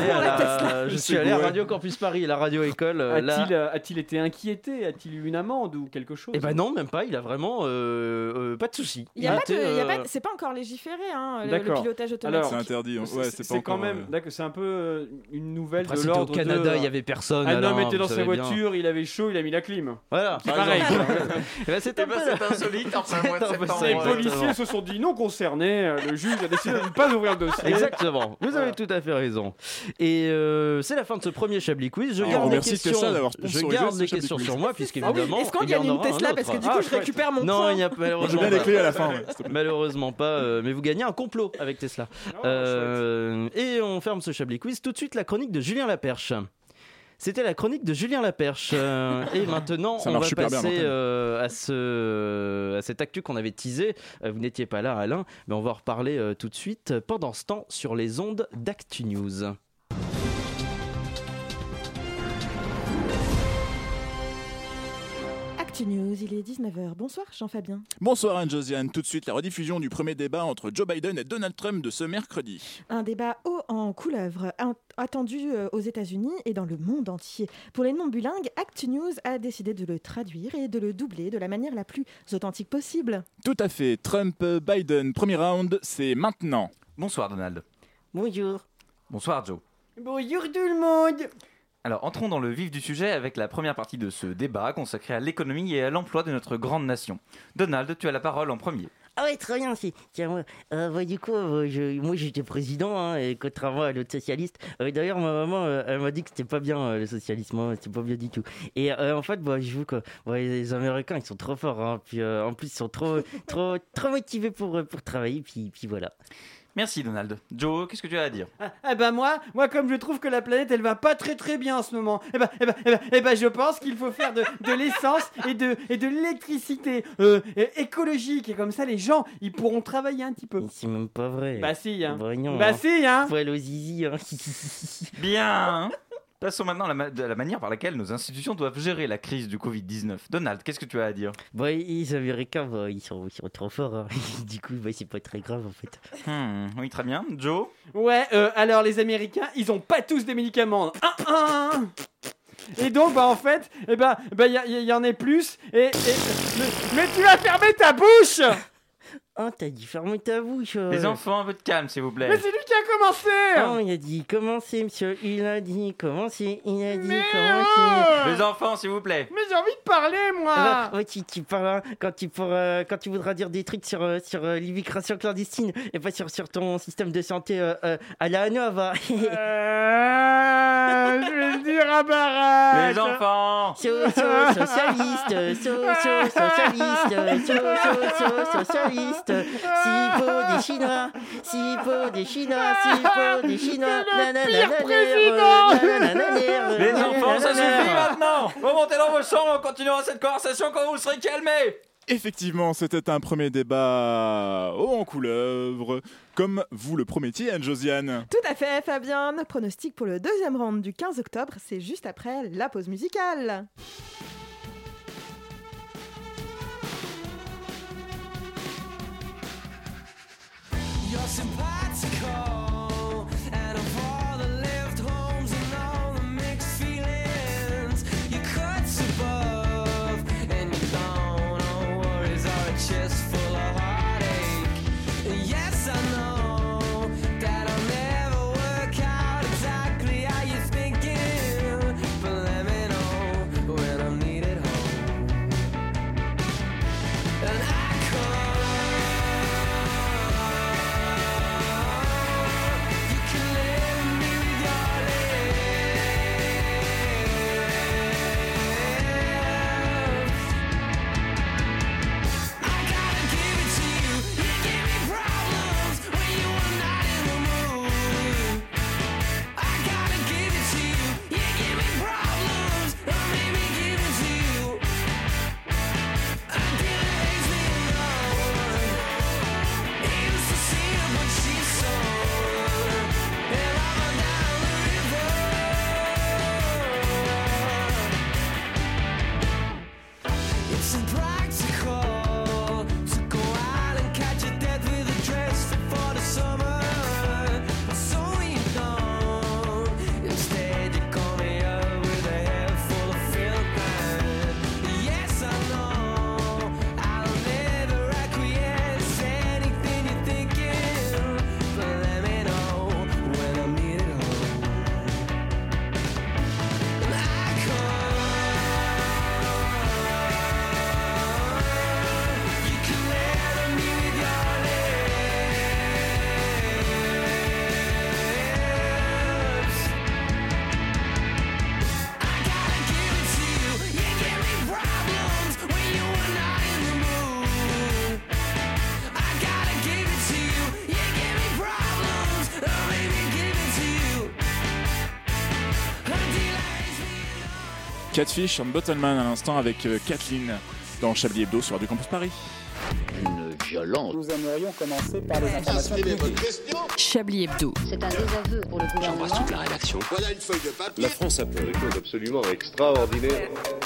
allé à Radio Campus Paris, la radio école. A-t-il été inquiété ? A-t-il eu une amende ou quelque chose ? Eh ben non, même pas. Il a vraiment pas de soucis. C'est pas encore légiféré, le pilotage automatique. C'est interdit. C'est quand même. C'est un peu une nouvelle de l'ordre. Au Canada, il y avait personne. Un homme était dans sa voiture, il avait chaud, il a mis la clim. Voilà. Pareil. C'est insolite en plein mois de septembre. Les policiers se sont dit non concernés. Le juge a décidé de ne pas ouvrir le dossier. Exactement. Vous avez tout à fait raison. Et c'est la fin de ce premier Chablis Quiz. Je garde les questions sur moi, puisqu'évidemment. Est-ce qu'on gagne une Tesla ? Parce que du coup, je récupère mon point. Non, il n'y a malheureusement pas. J'ai bien les clés à la fin. Malheureusement pas. Mais vous gagnez un complot avec Tesla. Et on ferme ce Chablis Quiz. Tout de suite, la chronique de Julien Laperche. C'était la chronique de Julien Laperche. Et maintenant, on va passer à cette actu qu'on avait teasé. Vous n'étiez pas là, Alain, mais on va en reparler tout de suite. Pendant ce temps, sur les ondes d'Actu News. Actu News, il est 19h. Bonsoir Jean-Fabien. Bonsoir Anne-Josiane. Tout de suite, la rediffusion du premier débat entre Joe Biden et Donald Trump de ce mercredi. Un débat haut en couleuvre, attendu aux États-Unis et dans le monde entier. Pour les non-bilingues, Actu News a décidé de le traduire et de le doubler de la manière la plus authentique possible. Tout à fait. Trump-Biden, premier round, c'est maintenant. Bonsoir Donald. Bonjour. Bonsoir Joe. Bonjour tout le monde. Alors, entrons dans le vif du sujet avec la première partie de ce débat consacré à l'économie et à l'emploi de notre grande nation. Donald, tu as la parole en premier. Ah ouais, très bien. Tiens, moi, du coup, moi j'étais président, et contrairement à l'autre socialiste. D'ailleurs, ma maman, elle m'a dit que c'était pas bien le socialisme, c'était pas bien du tout. Et en fait, je vous que les Américains, ils sont trop forts, puis en plus, ils sont trop motivés pour travailler, puis voilà. Merci Donald. Joe, qu'est-ce que tu as à dire? Moi comme je trouve que la planète elle va pas très bien en ce moment, je pense qu'il faut faire de l'essence et de l'électricité écologique, et comme ça les gens ils pourront travailler un petit peu. C'est même pas vrai. Bah si hein. Si hein. Faut aller au zizi hein. Bien. Passons maintenant à la manière par laquelle nos institutions doivent gérer la crise du Covid-19. Donald, qu'est-ce que tu as à dire? Les Américains, ils sont trop forts. Hein. Du coup, c'est pas très grave en fait. Oui, très bien. Joe? Ouais, alors les Américains, ils ont pas tous des médicaments. Et donc, en fait, y en a plus. Mais tu vas fermer ta bouche! Oh, t'as dit fermer ta bouche. Les enfants, un peu de calme, s'il vous plaît. Mais c'est lui qui a commencé. Oh, il a dit commencer, monsieur. Il a dit commencer. commencer. Les enfants, s'il vous plaît. Mais j'ai envie de parler, moi. Tu parles quand tu voudras dire des trucs sur l'immigration clandestine et pas sur ton système de santé à la Nova. Je vais le dire à Barack. Les enfants. Socialiste. Socialiste. Si pour des Chinois, Les enfants, ça suffit maintenant. Remontez dans vos chambres, on continuera cette conversation quand vous serez calmés. Effectivement, c'était un premier débat haut en couleuvre, comme vous le promettiez, Anne-Josiane. Tout à fait, Fabien. Notre pronostic pour le deuxième round du 15 octobre, c'est juste après la pause musicale. You're sympathical, and of all the lived homes and all the mixed feelings, you cuts above, and you don't know worries are a chest full of heartache. Yes, I know that I'll never work out exactly how you're thinking, but let me know when I'm needed home. And I Catfish, Sean Bottleman à l'instant avec Kathleen dans Chablis Hebdo sur Radio Campus Paris. Une violence. Nous aimerions commencer par les informations publiques. Chablis Hebdo. C'est un désaveu pour le gouvernement. J'embrasse toute la rédaction. Voilà une feuille de papier. La France a fait des choses absolument extraordinaires.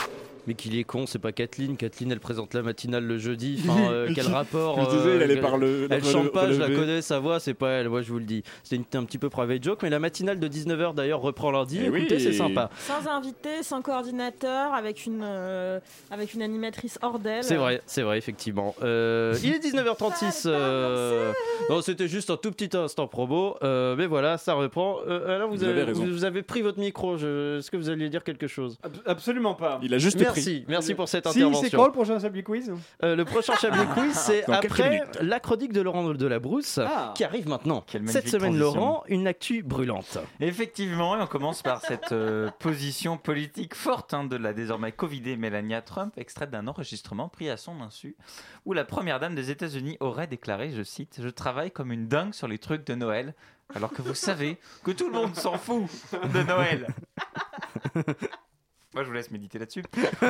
Mais qu'il est con, c'est pas Kathleen. Kathleen, elle présente la matinale le jeudi. Enfin, quel rapport Je disais, il allait par elle chante pas, je la relever. connais, sa voix, c'est pas elle. Moi, je vous le dis. C'était un petit peu private joke, mais la matinale de 19h d'ailleurs reprend lundi. Eh Écoutez, oui. c'est sympa. Sans invité, sans coordinateur, avec une animatrice hors d'elle. C'est vrai, effectivement. Il est 19h36. Non, c'était juste un tout petit instant promo. Mais voilà, ça reprend. Alors, vous avez raison. vous avez pris votre micro. Est-ce que vous alliez dire quelque chose? Absolument pas. Il a juste pris. Merci pour cette Si, intervention. c'est quoi le prochain Chablis Quiz? Le prochain Chablis Quiz, c'est Dans quelques après minutes. la chronique de Laurent Delabrousse qui arrive maintenant. Cette semaine, Laurent, une actu brûlante. Effectivement, et on commence par cette position politique forte de la désormais Covidée Melania Trump, extraite d'un enregistrement pris à son insu, où la première dame des États-Unis aurait déclaré, je cite, « Je travaille comme une dingue sur les trucs de Noël, alors que vous savez que tout le monde s'en fout de Noël. » Moi, je vous laisse méditer là-dessus.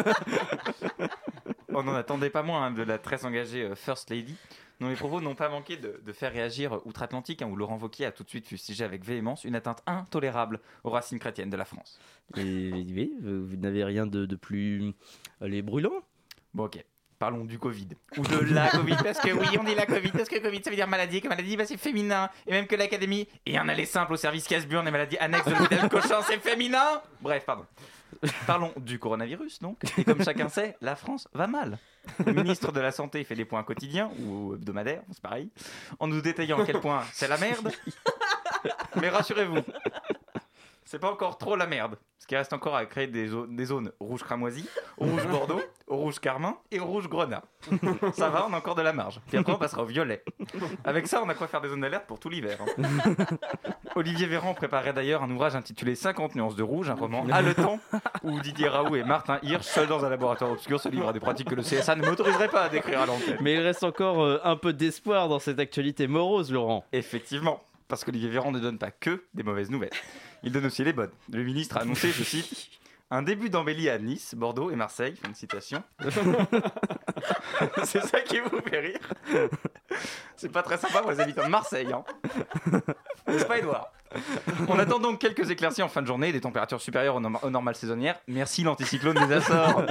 On n'en attendait pas moins de la très engagée First Lady, dont les propos n'ont pas manqué de faire réagir outre-Atlantique, où Laurent Wauquiez a tout de suite fustigé avec véhémence une atteinte intolérable aux racines chrétiennes de la France. Et oui, vous n'avez rien de plus brûlant? Bon, ok. Parlons du Covid. Ou de la Covid, parce que oui, on dit la Covid, parce que Covid, ça veut dire maladie, que maladie, c'est féminin. Et même que l'académie, et un aller simple au service casse-burne et maladie annexe de modèle cochon, c'est féminin. Bref, pardon. Parlons du coronavirus, donc. Et comme chacun sait, la France va mal. Le ministre de la Santé fait des points quotidiens, ou hebdomadaires, c'est pareil, en nous détaillant à quel point c'est la merde. Mais rassurez-vous, c'est pas encore trop la merde. Parce qu'il reste encore à créer des zones rouge cramoisi, au rouge bordeaux, au rouge carmin et au rouge grenat. Ça va, on a encore de la marge. Puis après, on passera au violet. Avec ça, on a quoi faire des zones d'alerte pour tout l'hiver. Olivier Véran préparait d'ailleurs un ouvrage intitulé 50 nuances de rouge, un roman haletant, où Didier Raoult et Martin Hirsch, seuls dans un laboratoire obscur, se livrent à des pratiques que le CSA ne m'autoriserait pas à décrire à l'antenne. Mais il reste encore un peu d'espoir dans cette actualité morose, Laurent. Effectivement, parce qu'Olivier Véran ne donne pas que des mauvaises nouvelles. Il donne aussi les bonnes. Le ministre a annoncé, je cite, un début d'embellie à Nice, Bordeaux et Marseille. Fin de citation. C'est ça qui vous fait rire. C'est pas très sympa pour les habitants de Marseille. N'est-ce pas, Edouard? On attend donc quelques éclaircies en fin de journée, des températures supérieures aux normales saisonnières. Merci l'anticyclone des Açores.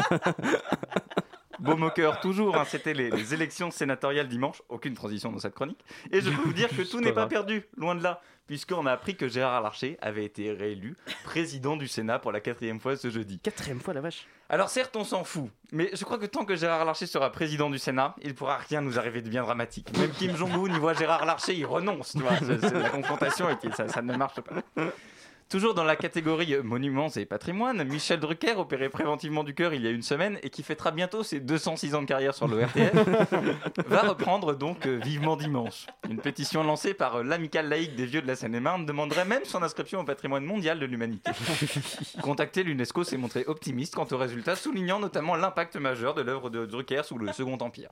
Beau moqueur toujours, c'était les élections sénatoriales dimanche, aucune transition dans cette chronique. Et je peux vous dire que tout n'est pas perdu, loin de là, puisqu'on a appris que Gérard Larcher avait été réélu président du Sénat pour la 4e fois ce jeudi. 4e fois, la vache. Alors certes, on s'en fout, mais je crois que tant que Gérard Larcher sera président du Sénat, il ne pourra rien nous arriver de bien dramatique. Même Kim Jong-un, il voit Gérard Larcher, il renonce, tu vois, c'est la confrontation et ça ne marche pas. Toujours dans la catégorie monuments et patrimoine, Michel Drucker, opéré préventivement du cœur il y a une semaine et qui fêtera bientôt ses 206 ans de carrière sur le RTF, va reprendre donc vivement dimanche. Une pétition lancée par l'Amicale laïque des vieux de la Seine-et-Marne demanderait même son inscription au patrimoine mondial de l'humanité. Contacté, l'UNESCO s'est montré optimiste quant aux résultats, soulignant notamment l'impact majeur de l'œuvre de Drucker sous le Second Empire.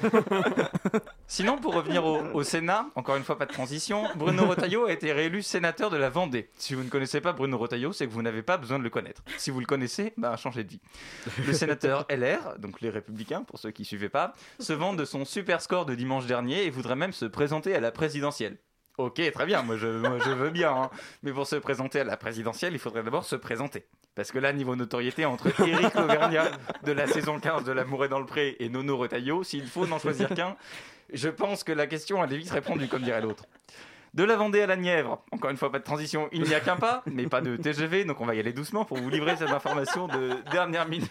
Sinon, pour revenir au Sénat, encore une fois pas de transition, Bruno Retailleau a été réélu sénateur de la Vendée. Si vous ne connaissez pas Bruno Retailleau, c'est que vous n'avez pas besoin de le connaître. Si vous le connaissez, changez de vie. Le sénateur LR, donc les Républicains, pour ceux qui ne suivaient pas, se vante de son super score de dimanche dernier et voudrait même se présenter à la présidentielle. Ok, très bien, moi je veux bien, mais pour se présenter à la présidentielle, il faudrait d'abord se présenter. Parce que là, niveau notoriété, entre Éric Lauvergnat de la saison 15 de L'amour est dans le pré et Nono Retailleau, s'il faut n'en choisir qu'un, je pense que la question elle est vite répondue, comme dirait l'autre. De la Vendée à la Nièvre, encore une fois pas de transition, il n'y a qu'un pas, mais pas de TGV, donc on va y aller doucement pour vous livrer cette information de dernière minute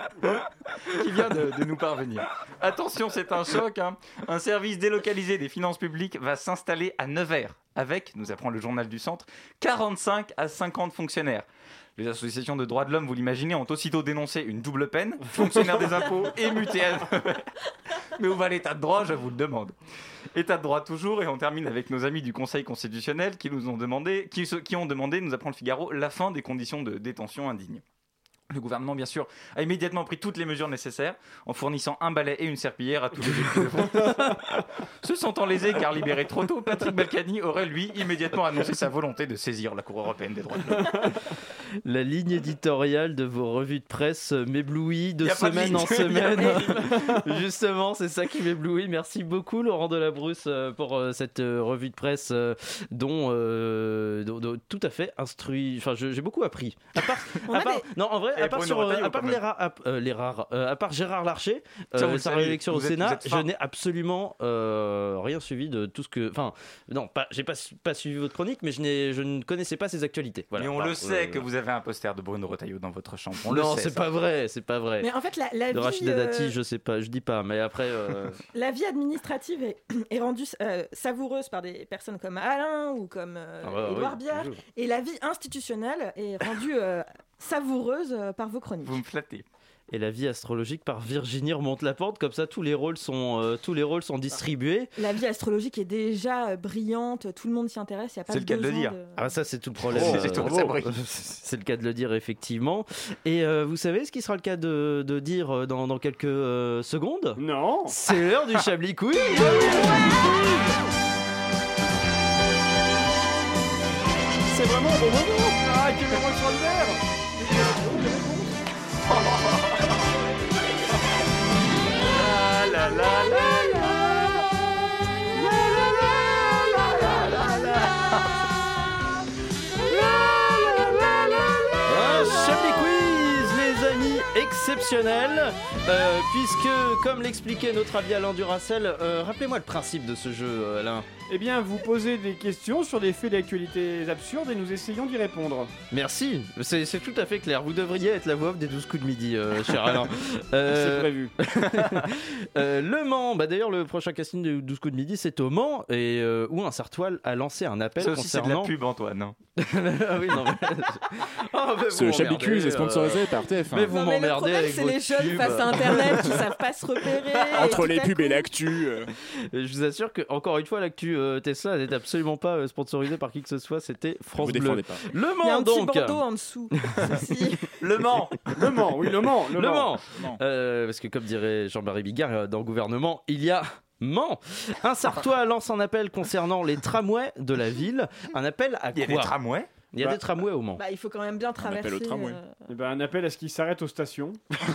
qui vient de nous parvenir. Attention, c'est un choc, un service délocalisé des finances publiques va s'installer à Nevers, avec, nous apprend le journal du Centre, 45 à 50 fonctionnaires. Les associations de droits de l'homme, vous l'imaginez, ont aussitôt dénoncé une double peine, fonctionnaire des impôts et muté à Nevers. Mais où va l'état de droit, je vous le demande. État de droit toujours, et on termine avec nos amis du Conseil constitutionnel qui ont demandé, nous apprend le Figaro, la fin des conditions de détention indignes. Le gouvernement, bien sûr, a immédiatement pris toutes les mesures nécessaires en fournissant un balai et une serpillière à tous les détenus de France. Se sentant lésé car libéré trop tôt, Patrick Balkany aurait, lui, immédiatement annoncé sa volonté de saisir la Cour européenne des droits de l'homme. La ligne éditoriale de vos revues de presse m'éblouit de semaine en semaine. Justement, c'est ça qui m'éblouit. Merci beaucoup, Laurent Delabrousse, pour cette revue de presse dont tout à fait instruit. Enfin, j'ai beaucoup appris. Non, en vrai, à part Gérard Larcher, sa réélection au Sénat, je n'ai absolument rien suivi de tout ce que. Enfin, non, j'ai pas suivi votre chronique, mais je ne connaissais pas ses actualités. Voilà. Mais on le sait que vous avez un poster de Bruno Retailleau dans votre chambre. Non, c'est pas vrai, c'est pas vrai. Mais en fait, la de vie, Rachida Dati, je sais pas, je dis pas, mais après. La vie administrative est rendue savoureuse par des personnes comme Alain ou comme Édouard Bière, et la vie institutionnelle est rendue savoureuse par vos chroniques. Vous me flattez. Et la vie astrologique par Virginie remonte la pente, comme ça tous les rôles sont distribués. La vie astrologique est déjà brillante, tout le monde s'y intéresse, il y a pas c'est le cas de le dire. Ah ça c'est tout le problème. C'est le cas de le dire effectivement. Et vous savez ce qui sera le cas de dire dans quelques secondes? Non. C'est l'heure du Chablis Quiz. C'est vraiment un bon moment. Ah, quel moment extraordinaire. La la la la Chablis Quiz, les amis, exceptionnel, puisque, comme l'expliquait notre ami Alain Duracell, rappelez-moi le principe de ce jeu, Alain. Eh bien, vous posez des questions sur des faits d'actualité absurdes et nous essayons d'y répondre. Merci, c'est tout à fait clair. Vous devriez être la voix off des 12 coups de midi, cher Alain. C'est prévu. Le Mans, d'ailleurs, le prochain casting de 12 coups de midi, c'est au Mans, et où un Sartoile a lancé un appel ça aussi, concernant... c'est de la pub, Antoine. Hein. Ah oui, non, mais... Ce Chablis Quiz est sponsorisé par TF1. Mais vous m'emmerdez avec c'est les jeunes face à Internet qui savent pas se repérer. Entre les pubs et l'actu. Je vous assure que, encore une fois, l'actu Tesla n'est absolument pas sponsorisée par qui que ce soit, c'était France Bleu. Pas. Le Mans, il y a un donc. petit bandeau en dessous. Le Mans. Le Mans, oui, le Mans. Parce que comme dirait Jean-Marie Bigard, dans le gouvernement, il y a Mans. Un Sartois lance un appel concernant les tramways de la ville. Un appel à quoi? Il y a des tramways? Il y a des tramways au Mans. Il faut quand même bien traverser. Un appel au tramway. Un appel à ce qu'ils s'arrêtent aux stations.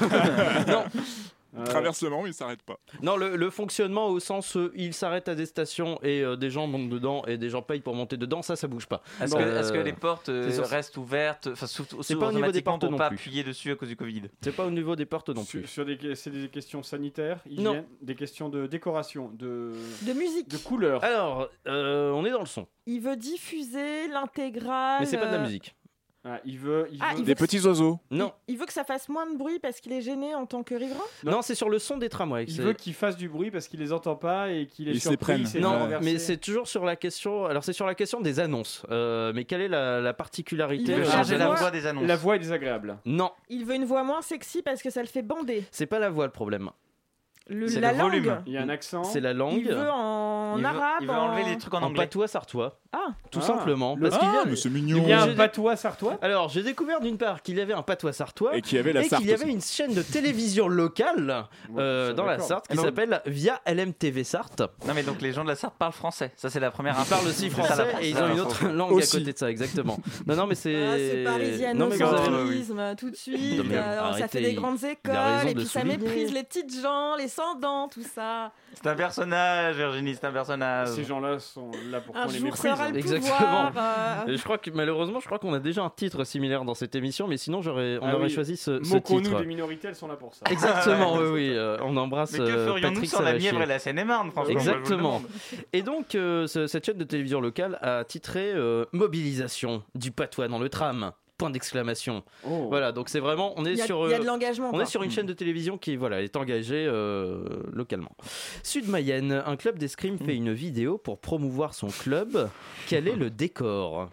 Non. Traverse le Mans, il s'arrête pas. Non, le fonctionnement au sens il s'arrête à des stations et des gens montent dedans et des gens payent pour monter dedans, ça bouge pas. Est-ce que les portes restent ouvertes? Enfin, c'est pas au niveau des portes non pas plus. Appuyer dessus à cause du Covid. C'est pas au niveau des portes non plus. C'est des questions sanitaires, hygiène, non. Des questions de décoration, de musique, de couleurs. Alors, on est dans le son. Il veut diffuser l'intégrale. Mais c'est pas de la musique. Il veut des petits oiseaux. Non. Il veut que ça fasse moins de bruit parce qu'il est gêné en tant que riverain. Non, c'est sur le son des tramways. Il veut qu'il fasse du bruit parce qu'il les entend pas et qu'il est surpris. Non, mais c'est toujours sur la question. Alors c'est sur la question des annonces. Mais quelle est la particularité? Il veut changer la voix des annonces. La voix est désagréable. Non. Il veut une voix moins sexy parce que ça le fait bander. C'est pas la voix le problème. C'est la le langue. volume. Il y a un accent. C'est la langue. Il veut en arabe. Il veut enlever les trucs en anglais. patois sartois. Ah. Tout simplement. Parce qu'il mais c'est mignon. Il y a un patois sartois. Alors, j'ai découvert d'une part qu'il y avait un patois sartois et qu'il y avait la Sarthe qu'il y avait une chaîne de télévision locale dans la Sarthe qui s'appelle Via LMTV Sarthe. Non, mais donc les gens de la Sarthe parlent français. Ça, c'est la première info. Ils parlent aussi français et ils ont une autre langue à côté de ça, exactement. Non, mais c'est. C'est parisiano-centrisme tout de suite. Ça fait des grandes écoles et puis ça méprise les petites gens, les sans-dents, tout ça. C'est un personnage, Virginie, c'est un personnage. Ces gens-là sont là pour qu'on les jour méprise. sera le Exactement. pouvoir. Je crois que malheureusement, qu'on a déjà un titre similaire dans cette émission, mais sinon on aurait choisi ce Moquons-nous titre. des minorités, elles sont là pour ça. Exactement, oui. On embrasse. Mais que ferions-nous Patrick sans la Savachier. Nièvre et la Seine-et-Marne, franchement. Exactement. Et donc cette chaîne de télévision locale a titré Mobilisation du patois dans le tram. Point d'exclamation. Oh. Voilà, donc c'est vraiment il y a de l'engagement. On est sur une chaîne de télévision qui est engagée localement. Sud-Mayenne, un club d'escrime fait une vidéo pour promouvoir son club. Quel est le décor?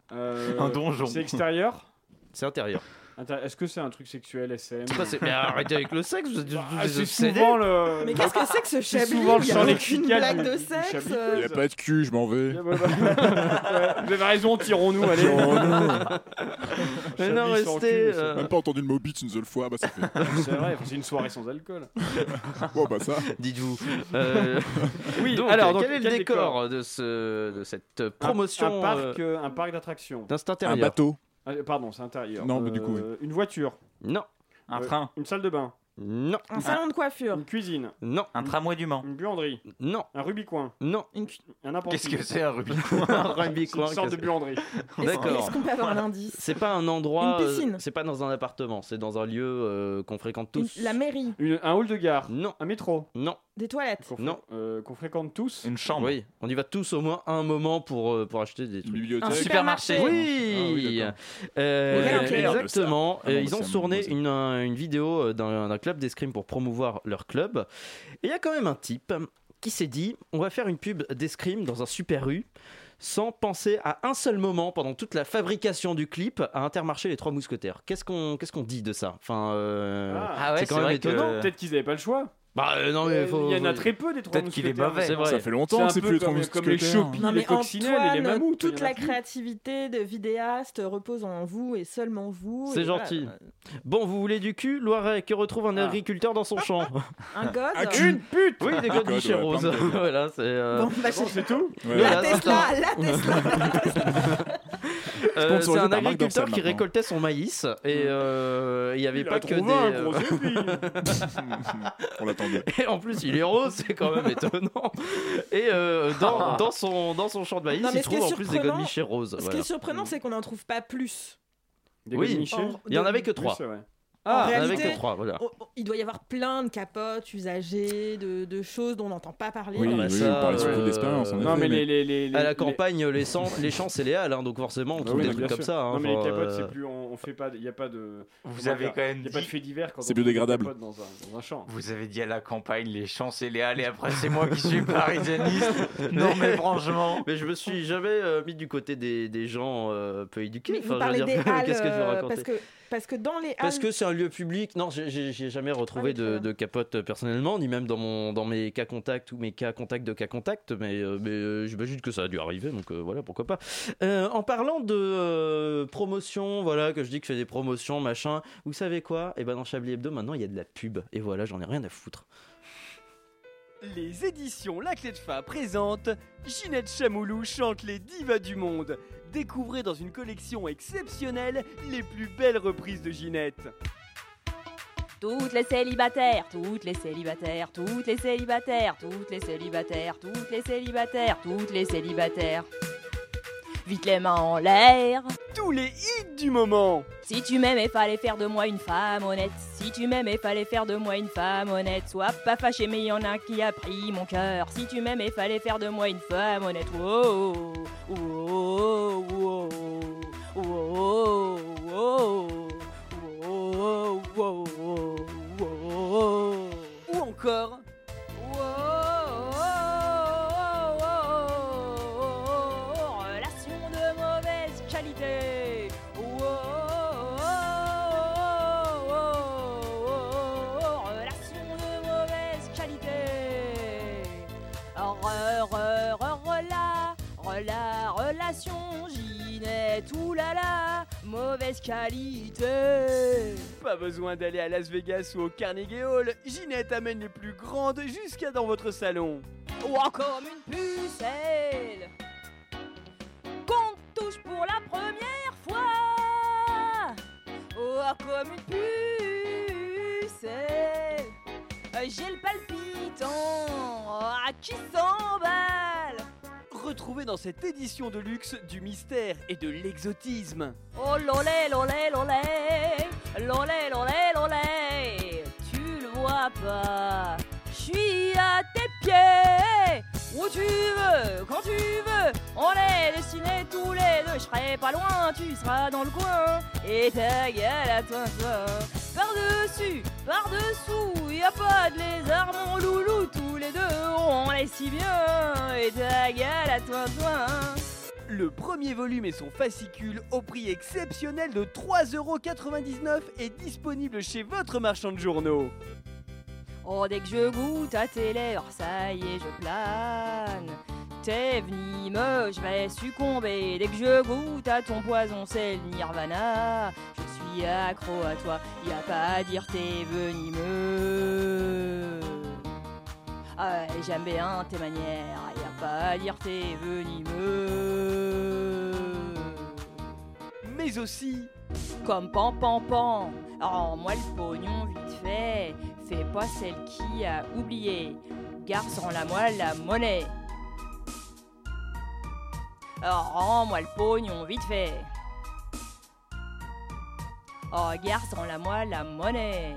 Un donjon. C'est extérieur? C'est intérieur. Est-ce que c'est un truc sexuel, SM? Mais arrêtez avec le sexe, c'est souvent le... Mais qu'est-ce que c'est que ce Chablis? Il n'y a aucune blague de sexe. Il n'y a pas de cul, je m'en vais. Vous avez raison, tirons-nous, allez. Mais non, restez... Même pas entendu le mot beat une seule fois, ça fait... C'est vrai, c'est une soirée sans alcool. Bon, ça. Dites-vous. Oui, donc, alors, quel est le décor de cette promotion? Un parc d'attractions. C'est intérieur. Un bateau. Pardon, c'est intérieur. Non, mais du coup, oui. Une voiture. Non. Un train. Une salle de bain. Non. Un salon de coiffure. Une cuisine. Non. Un tramway du Mans. Une buanderie. Non. Un Rubicon. Non. Un appentis. Qu'est-ce que c'est un Rubicon? Un Rubicon, C'est une sorte de buanderie. D'accord. Est-ce qu'on peut avoir un indice? C'est pas un endroit. Une piscine. C'est pas dans un appartement, c'est dans un lieu qu'on fréquente tous. La mairie. Un hall de gare. Non. Un métro. Non. Des toilettes. Non. Qu'on fréquente tous. Une chambre. Oui, on y va tous au moins un moment pour acheter des trucs. Bibliothèque. Un supermarché. Oui, exactement. Ils ont tourné une vidéo d'un club d'escrime pour promouvoir leur club. Et il y a quand même un type qui s'est dit on va faire une pub d'escrime dans un Super U sans penser à un seul moment pendant toute la fabrication du clip à Intermarché les Trois Mousquetaires. Qu'est-ce qu'on dit de ça? Enfin, ouais, c'est quand même étonnant. Peut-être qu'ils n'avaient pas le choix. Bah non mais il y en a très peu des Trois Peut-être qu'il est Mousquetaires. mauvais. C'est vrai. Ça fait longtemps que c'est plus les Trois comme les Mousquetaires. Chopin, Non mais les Coccinelles et les Antoine, Mammouths. toute il y en a la plus. créativité de vidéaste repose en vous et seulement vous. C'est et gentil. voilà. Bon, vous voulez du cul? Loiret, que retrouve un agriculteur dans son champ? Un god. Une pute. Oui, des godes Michel Rose. plein de godes. Voilà, c'est. Bon, bah, Bon, c'est tout. Ouais. La Voilà, Tesla, la Tesla. C'est Sponsorisé un par Marc agriculteur Dorcel, qui maintenant. récoltait son maïs et il n'y avait Il pas a que trouvé un gros des. épi. On l'attendait. Et en plus, il est rose, c'est quand même étonnant. Et dans son champ de maïs, Non, mais il ce qui est trouve en plus des surprenant- godemichés roses. Ce qui Voilà. est surprenant, c'est qu'on n'en trouve pas plus. Des Oui. Godemichés. Il n'y en avait que 3. Plus, ouais. En Il n'y en avait réalité, que 3, voilà. il doit y avoir plein de capotes usagées, de choses dont on n'entend pas parler. Oui, dans la oui, ça, on parlait surtout d'expérience. en Non, effet, mais les À la campagne, les champs, c'est les halles, hein, donc forcément, on trouve oui, des mais trucs bien comme sûr. ça. Hein, Non, mais les enfin, capotes, c'est plus. On fait pas. Il n'y a pas de. Vous avez quand même Il n'y a pas de dit. fait divers quand C'est on fait des biodégradable. capotes dans un champ. Vous avez dit à la campagne, les champs c'est les halles et après c'est moi qui suis parisianiste. Non mais franchement. Mais je me suis jamais mis du côté des gens peu éduqués. Mais vous Enfin, je veux parlez dire, des halles, qu'est-ce que je veux raconter parce que dans les halles... Parce que c'est un lieu public. Non, j'ai jamais retrouvé Ah oui, très bien. de capote personnellement, ni même dans mes cas contacts ou mes cas contacts de cas contacts, mais j'imagine que ça a dû arriver, donc voilà, pourquoi pas. En parlant de promotion, voilà, que je dis que je fais des promotions, machin, vous savez quoi? Et ben dans Chablis Hebdo, maintenant, il y a de la pub, et voilà, j'en ai rien à foutre. Les éditions La Clé de Fa présentent Ginette Chamoulou chante les divas du monde. Découvrez dans une collection exceptionnelle les plus belles reprises de Ginette. Toutes les célibataires, toutes les célibataires, toutes les célibataires, toutes les célibataires, toutes les célibataires, toutes les célibataires. Vite les mains en l'air. Tous les hits du moment. Si tu m'aimais, fallait faire de moi une femme honnête. Si tu m'aimais, fallait faire de moi une femme honnête. Sois pas fâché, mais y en a un qui a pris mon cœur. Si tu m'aimais, fallait faire de moi une femme honnête. Oh, oh, oh, oh, oh, oh, oh, oh, oh. Ou encore relation de mauvaise qualité. Relation de mauvaise qualité. Relation Ginette, oulala, mauvaise qualité. Pas besoin d'aller à Las Vegas ou au Carnegie Hall, Ginette amène les plus grandes jusqu'à dans votre salon. Oh, comme une pucelle qu'on touche pour la première fois. Oh, comme une pucelle, j'ai le palpitant qui s'emballe. Retrouvez dans cette édition de luxe du mystère et de l'exotisme. Oh lolé, lolé, lolé, lolé, lolé, lolé, tu le vois pas, je suis à tes pieds, où tu veux, quand tu veux, on est destinés tous les deux, je serai pas loin, tu seras dans le coin, et ta gueule à toi, par-dessus, par-dessous, y a pas de lézard mon loulou, tous les deux, on est si bien, et ta gueule à toi, Le premier volume et son fascicule au prix exceptionnel de 3,99€ est disponible chez votre marchand de journaux. Oh, dès que je goûte à tes lèvres, ça y est, je plane. T'es venimeux, je vais succomber. Dès que je goûte à ton poison, c'est le nirvana. Je suis accro à toi, y a pas à dire t'es venimeux. Ah, j'aime bien tes manières, y a pas à dire t'es venimeux. Mais aussi Comme pan pan pan. Rends-moi le pognon vite fait. Fais pas celle qui a oublié. Garçon, rends-moi la monnaie. Rends-moi le pognon vite fait. Oh garçon, rends-moi la monnaie.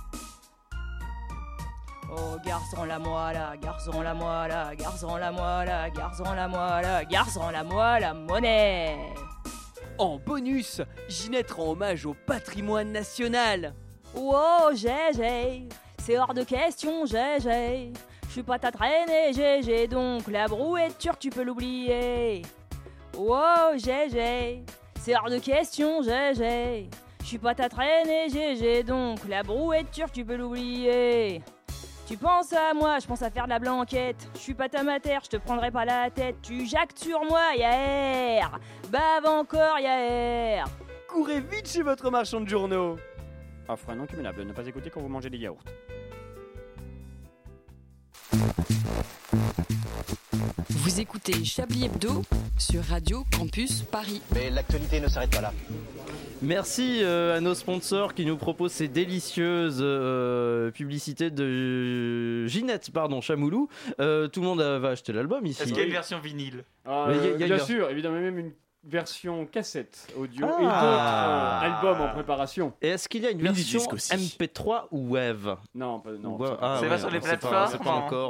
Oh garçon, la-moi là, garçon, la-moi là, garçon, la-moi là, garçon, la-moi là, garçon, la-moi la monnaie. En bonus, Ginette rend hommage au patrimoine national. Oh GG, c'est hors de question GG. Je suis pas ta traînée GG, donc la brouette turque tu peux l'oublier. Oh GG, c'est hors de question GG. Je suis pas ta traînée GG, donc la brouette turque tu peux l'oublier. Tu penses à moi, je pense à faire de la blanquette. Je suis pas ta mater, je te prendrai pas la tête. Tu jactes sur moi, y'a air. Bave encore, y'a air. Courez vite chez votre marchand de journaux. Offre non cumulable, ne pas écouter quand vous mangez des yaourts. Vous écoutez Chablis Hebdo sur Radio Campus Paris. Mais l'actualité ne s'arrête pas là. Merci à nos sponsors qui nous proposent ces délicieuses publicités de Ginette Chamoulou. Tout le monde va acheter l'album ici. Est-ce qu'il y a une version vinyle? Bien sûr, évidemment, même une version cassette audio et d'autres albums en préparation. Et est-ce qu'il y a une version MP3 ou WAV? Non, c'est pas sur les plateformes. C'est pas encore,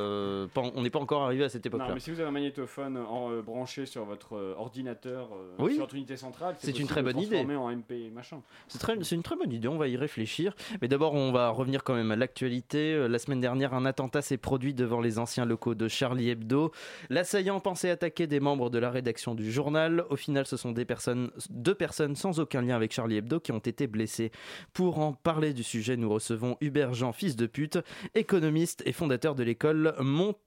on n'est pas encore arrivé à cette époque-là. Non, mais si vous avez un magnétophone branché sur votre ordinateur, oui, sur votre unité centrale, c'est une très bonne idée. En MP machin. C'est une très bonne idée, on va y réfléchir. Mais d'abord, on va revenir quand même à l'actualité. La semaine dernière, un attentat s'est produit devant les anciens locaux de Charlie Hebdo. L'assaillant pensait attaquer des membres de la rédaction du journal. Au final, ce sont deux personnes sans aucun lien avec Charlie Hebdo qui ont été blessées. Pour en parler du sujet, nous recevons Hubert Jean, fils de pute, économiste et fondateur de l'école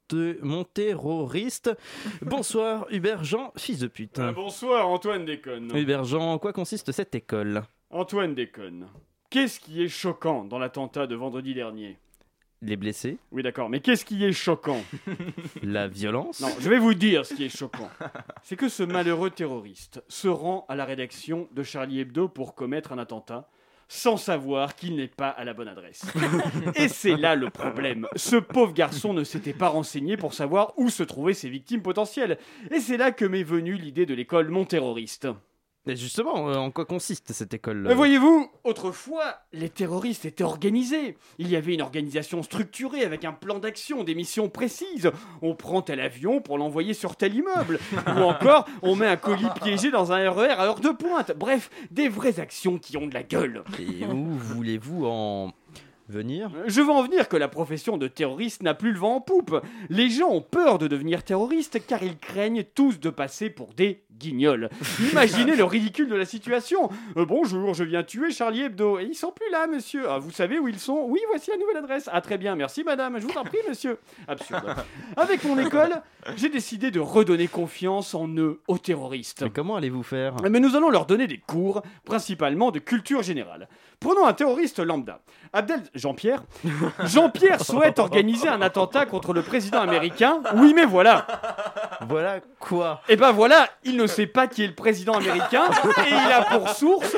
Montéroriste. Bonsoir Hubert Jean, fils de pute. Bonsoir Antoine Déconne. Hubert Jean, en quoi consiste cette école? Antoine Déconne, qu'est-ce qui est choquant dans l'attentat de vendredi dernier? Les blessés? Oui, d'accord, mais qu'est-ce qui est choquant? La violence? Non, je vais vous dire ce qui est choquant. C'est que ce malheureux terroriste se rend à la rédaction de Charlie Hebdo pour commettre un attentat sans savoir qu'il n'est pas à la bonne adresse. Et c'est là le problème. Ce pauvre garçon ne s'était pas renseigné pour savoir où se trouvaient ses victimes potentielles. Et c'est là que m'est venue l'idée de l'école Montéroriste. Mais justement, en quoi consiste cette école? Voyez-vous, autrefois, les terroristes étaient organisés. Il y avait une organisation structurée avec un plan d'action, des missions précises. On prend tel avion pour l'envoyer sur tel immeuble. Ou encore, on met un colis piégé dans un RER à heure de pointe. Bref, des vraies actions qui ont de la gueule. Et où voulez-vous en venir? Je veux en venir que la profession de terroriste n'a plus le vent en poupe. Les gens ont peur de devenir terroristes car ils craignent tous de passer pour des guignols. Imaginez le ridicule de la situation. Bonjour, je viens tuer Charlie Hebdo. Et ils sont plus là, monsieur. Vous savez où ils sont? Oui, voici la nouvelle adresse. Très bien, merci madame. Je vous en prie, monsieur. Absurde. Avec mon école, j'ai décidé de redonner confiance en eux, aux terroristes. Mais comment allez-vous faire? Mais nous allons leur donner des cours, principalement de culture générale. Prenons un terroriste lambda. Jean-Pierre souhaite organiser un attentat contre le président américain. Oui, mais voilà. Voilà quoi? Eh ben voilà, il ne sait pas qui est le président américain et il a pour source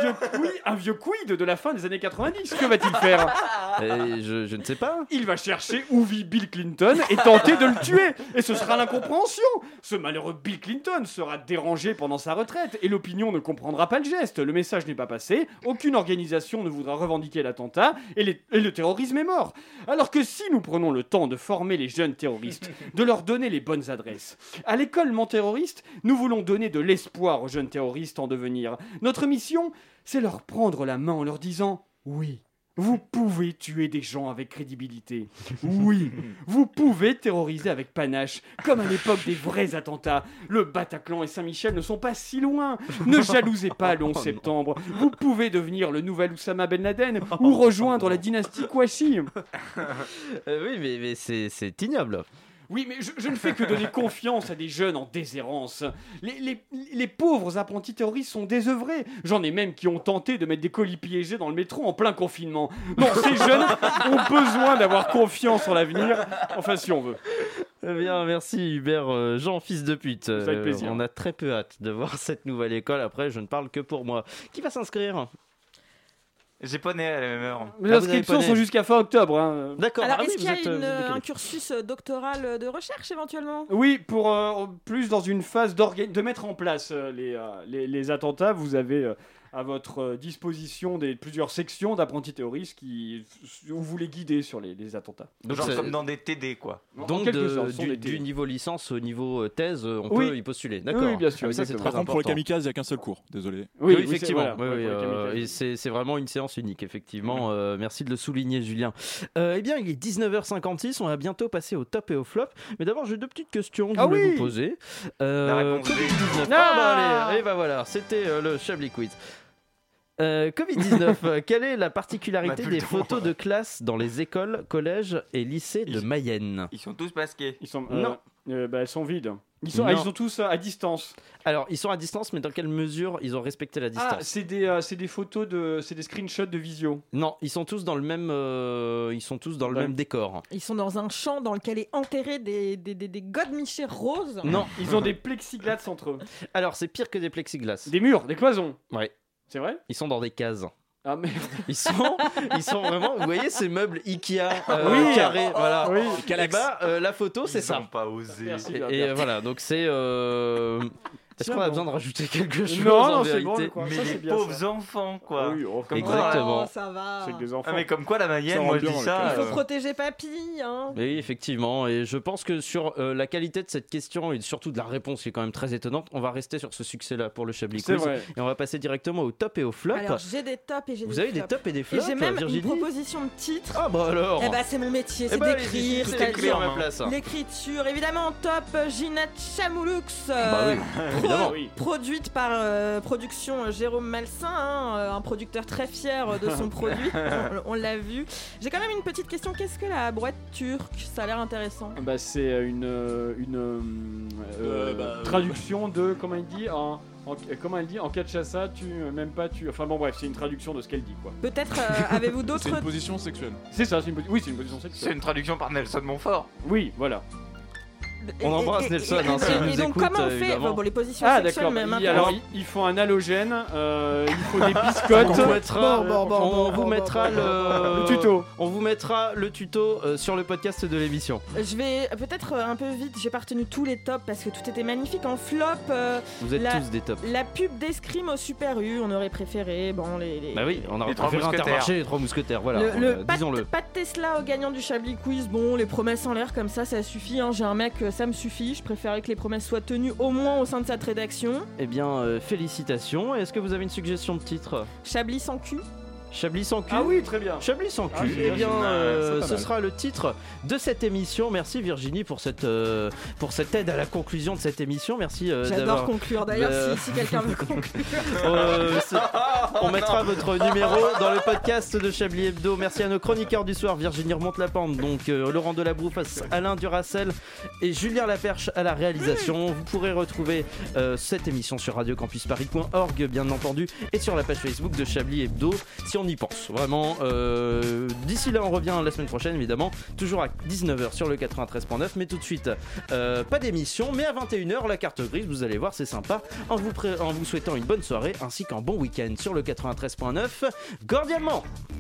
un vieux quid de la fin des années 90. Que va-t-il faire? Je ne sais pas. Il va chercher où vit Bill Clinton et tenter de le tuer. Et ce sera l'incompréhension. Ce malheureux Bill Clinton sera dérangé pendant sa retraite et l'opinion ne comprendra pas le geste. Le message n'est pas passé, aucune organisation ne voudra revendiquer l'attentat et le terrorisme est mort. Alors que si nous prenons le temps de former les jeunes terroristes, de leur donner les bonnes adresses, à l'école Montterroriste, nous voulons donner de l'espoir aux jeunes terroristes en devenir. Notre mission, c'est leur prendre la main en leur disant « Oui, vous pouvez tuer des gens avec crédibilité. Oui, vous pouvez terroriser avec panache, comme à l'époque des vrais attentats. Le Bataclan et Saint-Michel ne sont pas si loin. Ne jalousez pas le 11 septembre. Vous pouvez devenir le nouvel Oussama Ben Laden ou rejoindre la dynastie Kouachi. » Oui, mais c'est ignoble. Oui, mais je ne fais que donner confiance à des jeunes en déshérence. Les pauvres apprentis terroristes sont désœuvrés. J'en ai même qui ont tenté de mettre des colis piégés dans le métro en plein confinement. Non, ces jeunes ont besoin d'avoir confiance en l'avenir. Enfin, si on veut. Eh bien, merci Hubert Jean, fils de pute. Avec plaisir. On a très peu hâte de voir cette nouvelle école. Après, je ne parle que pour moi. Qui va s'inscrire? J'ai pas né à la même heure. Les inscriptions sont jusqu'à fin octobre. Hein. D'accord. Alors, Ah oui, est-ce qu'il y a vous êtes un cursus doctoral de recherche éventuellement? Oui, pour plus dans une phase de mettre en place les attentats, vous avez à votre disposition plusieurs sections d'apprentis théoristes où vous les guidez sur les attentats. Donc Genre comme dans des TD, quoi. Donc du niveau licence au niveau thèse, on peut y postuler. D'accord. Oui, bien sûr. Ah, ça, c'est très Par contre, important. pour les kamikazes, il n'y a qu'un seul cours. Désolé. Oui, effectivement. voilà, et c'est vraiment une séance unique, effectivement. Merci de le souligner, Julien. Eh bien, il est 19h56. On va bientôt passer au top et au flop. Mais d'abord, j'ai deux petites questions que je voulais vous poser. La réponse Covid-19. Allez, et bah voilà, c'était le Chablis Quiz. Covid-19, quelle est la particularité des photos de classe dans les écoles, collèges et lycées de Mayenne? Ils sont tous masqués. Non. Elles sont vides. Ils sont tous à distance. Alors, ils sont à distance, mais dans quelle mesure ils ont respecté la distance? Ah, c'est des photos c'est des screenshots de visio. Non, ils sont tous dans le même, même décor. Ils sont dans un champ dans lequel est enterré des godemichés roses. Non, ils ont des plexiglas entre eux. Alors, c'est pire que des plexiglas. Des murs, des cloisons. Ouais. C'est vrai? Ils sont dans des cases. Ah merde. Ils sont vraiment. Vous voyez ces meubles Ikea carrés, voilà. Oui. Et bah, la photo, c'est ça. Ils n'ont pas osé. Et voilà, donc c'est. Est-ce qu'on a besoin de rajouter quelque chose Non, en c'est bon, vérité? quoi. Mais Ça, les c'est bien, pauvres ça. enfants, quoi. Oui, Comme exactement. Oh, ça va. C'est que des enfants. Ah, mais comme quoi la Mayenne, Ça moi rend je dis bien, ça. Il faut protéger papy, hein. Oui, effectivement. Et je pense que sur la qualité de cette question et surtout de la réponse qui est quand même très étonnante, on va rester sur ce succès-là pour le Chablis C'est Quiz. vrai. Et on va passer directement au top et au flop. Alors, j'ai des tops et j'ai des flops. Vous avez des tops et des Et flops, j'ai même Virginie? une proposition de titre. Ah bah alors. Eh bah, c'est mon métier, c'est d'écrire, c'est écrire à ma place. l'écriture. Évidemment, top Ginette Chamoulux. Bah oui, évidemment. Produite par production Jérôme Malsain, un producteur très fier de son produit. On l'a vu. J'ai quand même une petite question. Qu'est-ce que la brouette turque? Ça a l'air intéressant. Bah, c'est une traduction de, comment il dit, comment elle dit, en Kinshasa, enfin bon bref, c'est une traduction de ce qu'elle dit, quoi. Peut-être avez-vous d'autres... C'est une position sexuelle. C'est ça, c'est une position sexuelle. C'est une traduction par Nelson Montfort. Oui, voilà. On embrasse Nelson, hein, s'il nous et donc écoute, comment on fait évidemment. bon, les positions Ah sexuelles, d'accord, mais maintenant... alors ils font un halogène, il faut des biscottes. On vous mettra le tuto. On vous mettra le tuto sur le podcast de l'émission. Je vais peut-être un peu vite, j'ai pas retenu tous les tops parce que tout était magnifique. En flop, vous êtes tous des tops. La pub d'escrime au Super U, on aurait préféré Bah oui, on aurait Trois préféré mousquetaires. Intermarché, les trois mousquetaires, voilà. Disons-le. Pas de Tesla au gagnant du Chablis Quiz, bon, les promesses en l'air comme ça suffit, hein. J'ai un mec, ça me suffit, je préférais que les promesses soient tenues au moins au sein de cette rédaction. Eh bien, félicitations. Est-ce que vous avez une suggestion de titre? Chablis sans cul. Chablis sans cul. Ah oui, très bien. Chablis sans cul. Ah, Eh bien, c'est ce sera le titre de cette émission. Merci Virginie pour cette aide à la conclusion de cette émission. Merci. J'adore conclure. D'ailleurs, si quelqu'un veut conclure. On mettra votre numéro dans le podcast de Chablis Hebdo. Merci à nos chroniqueurs du soir, Virginie Remonte-la-Pente, donc Laurent Delabrousse, Alain Duracel et Julien Laperche à la réalisation. Vous pourrez retrouver cette émission sur radiocampusparis.org, bien entendu, et sur la page Facebook de Chablis Hebdo. Si on y pense, vraiment. D'ici là, on revient la semaine prochaine, évidemment, toujours à 19h sur le 93.9, mais tout de suite, pas d'émission, mais à 21h, la carte grise, vous allez voir, c'est sympa, en vous souhaitant une bonne soirée, ainsi qu'un bon week-end sur le 93.9, cordialement.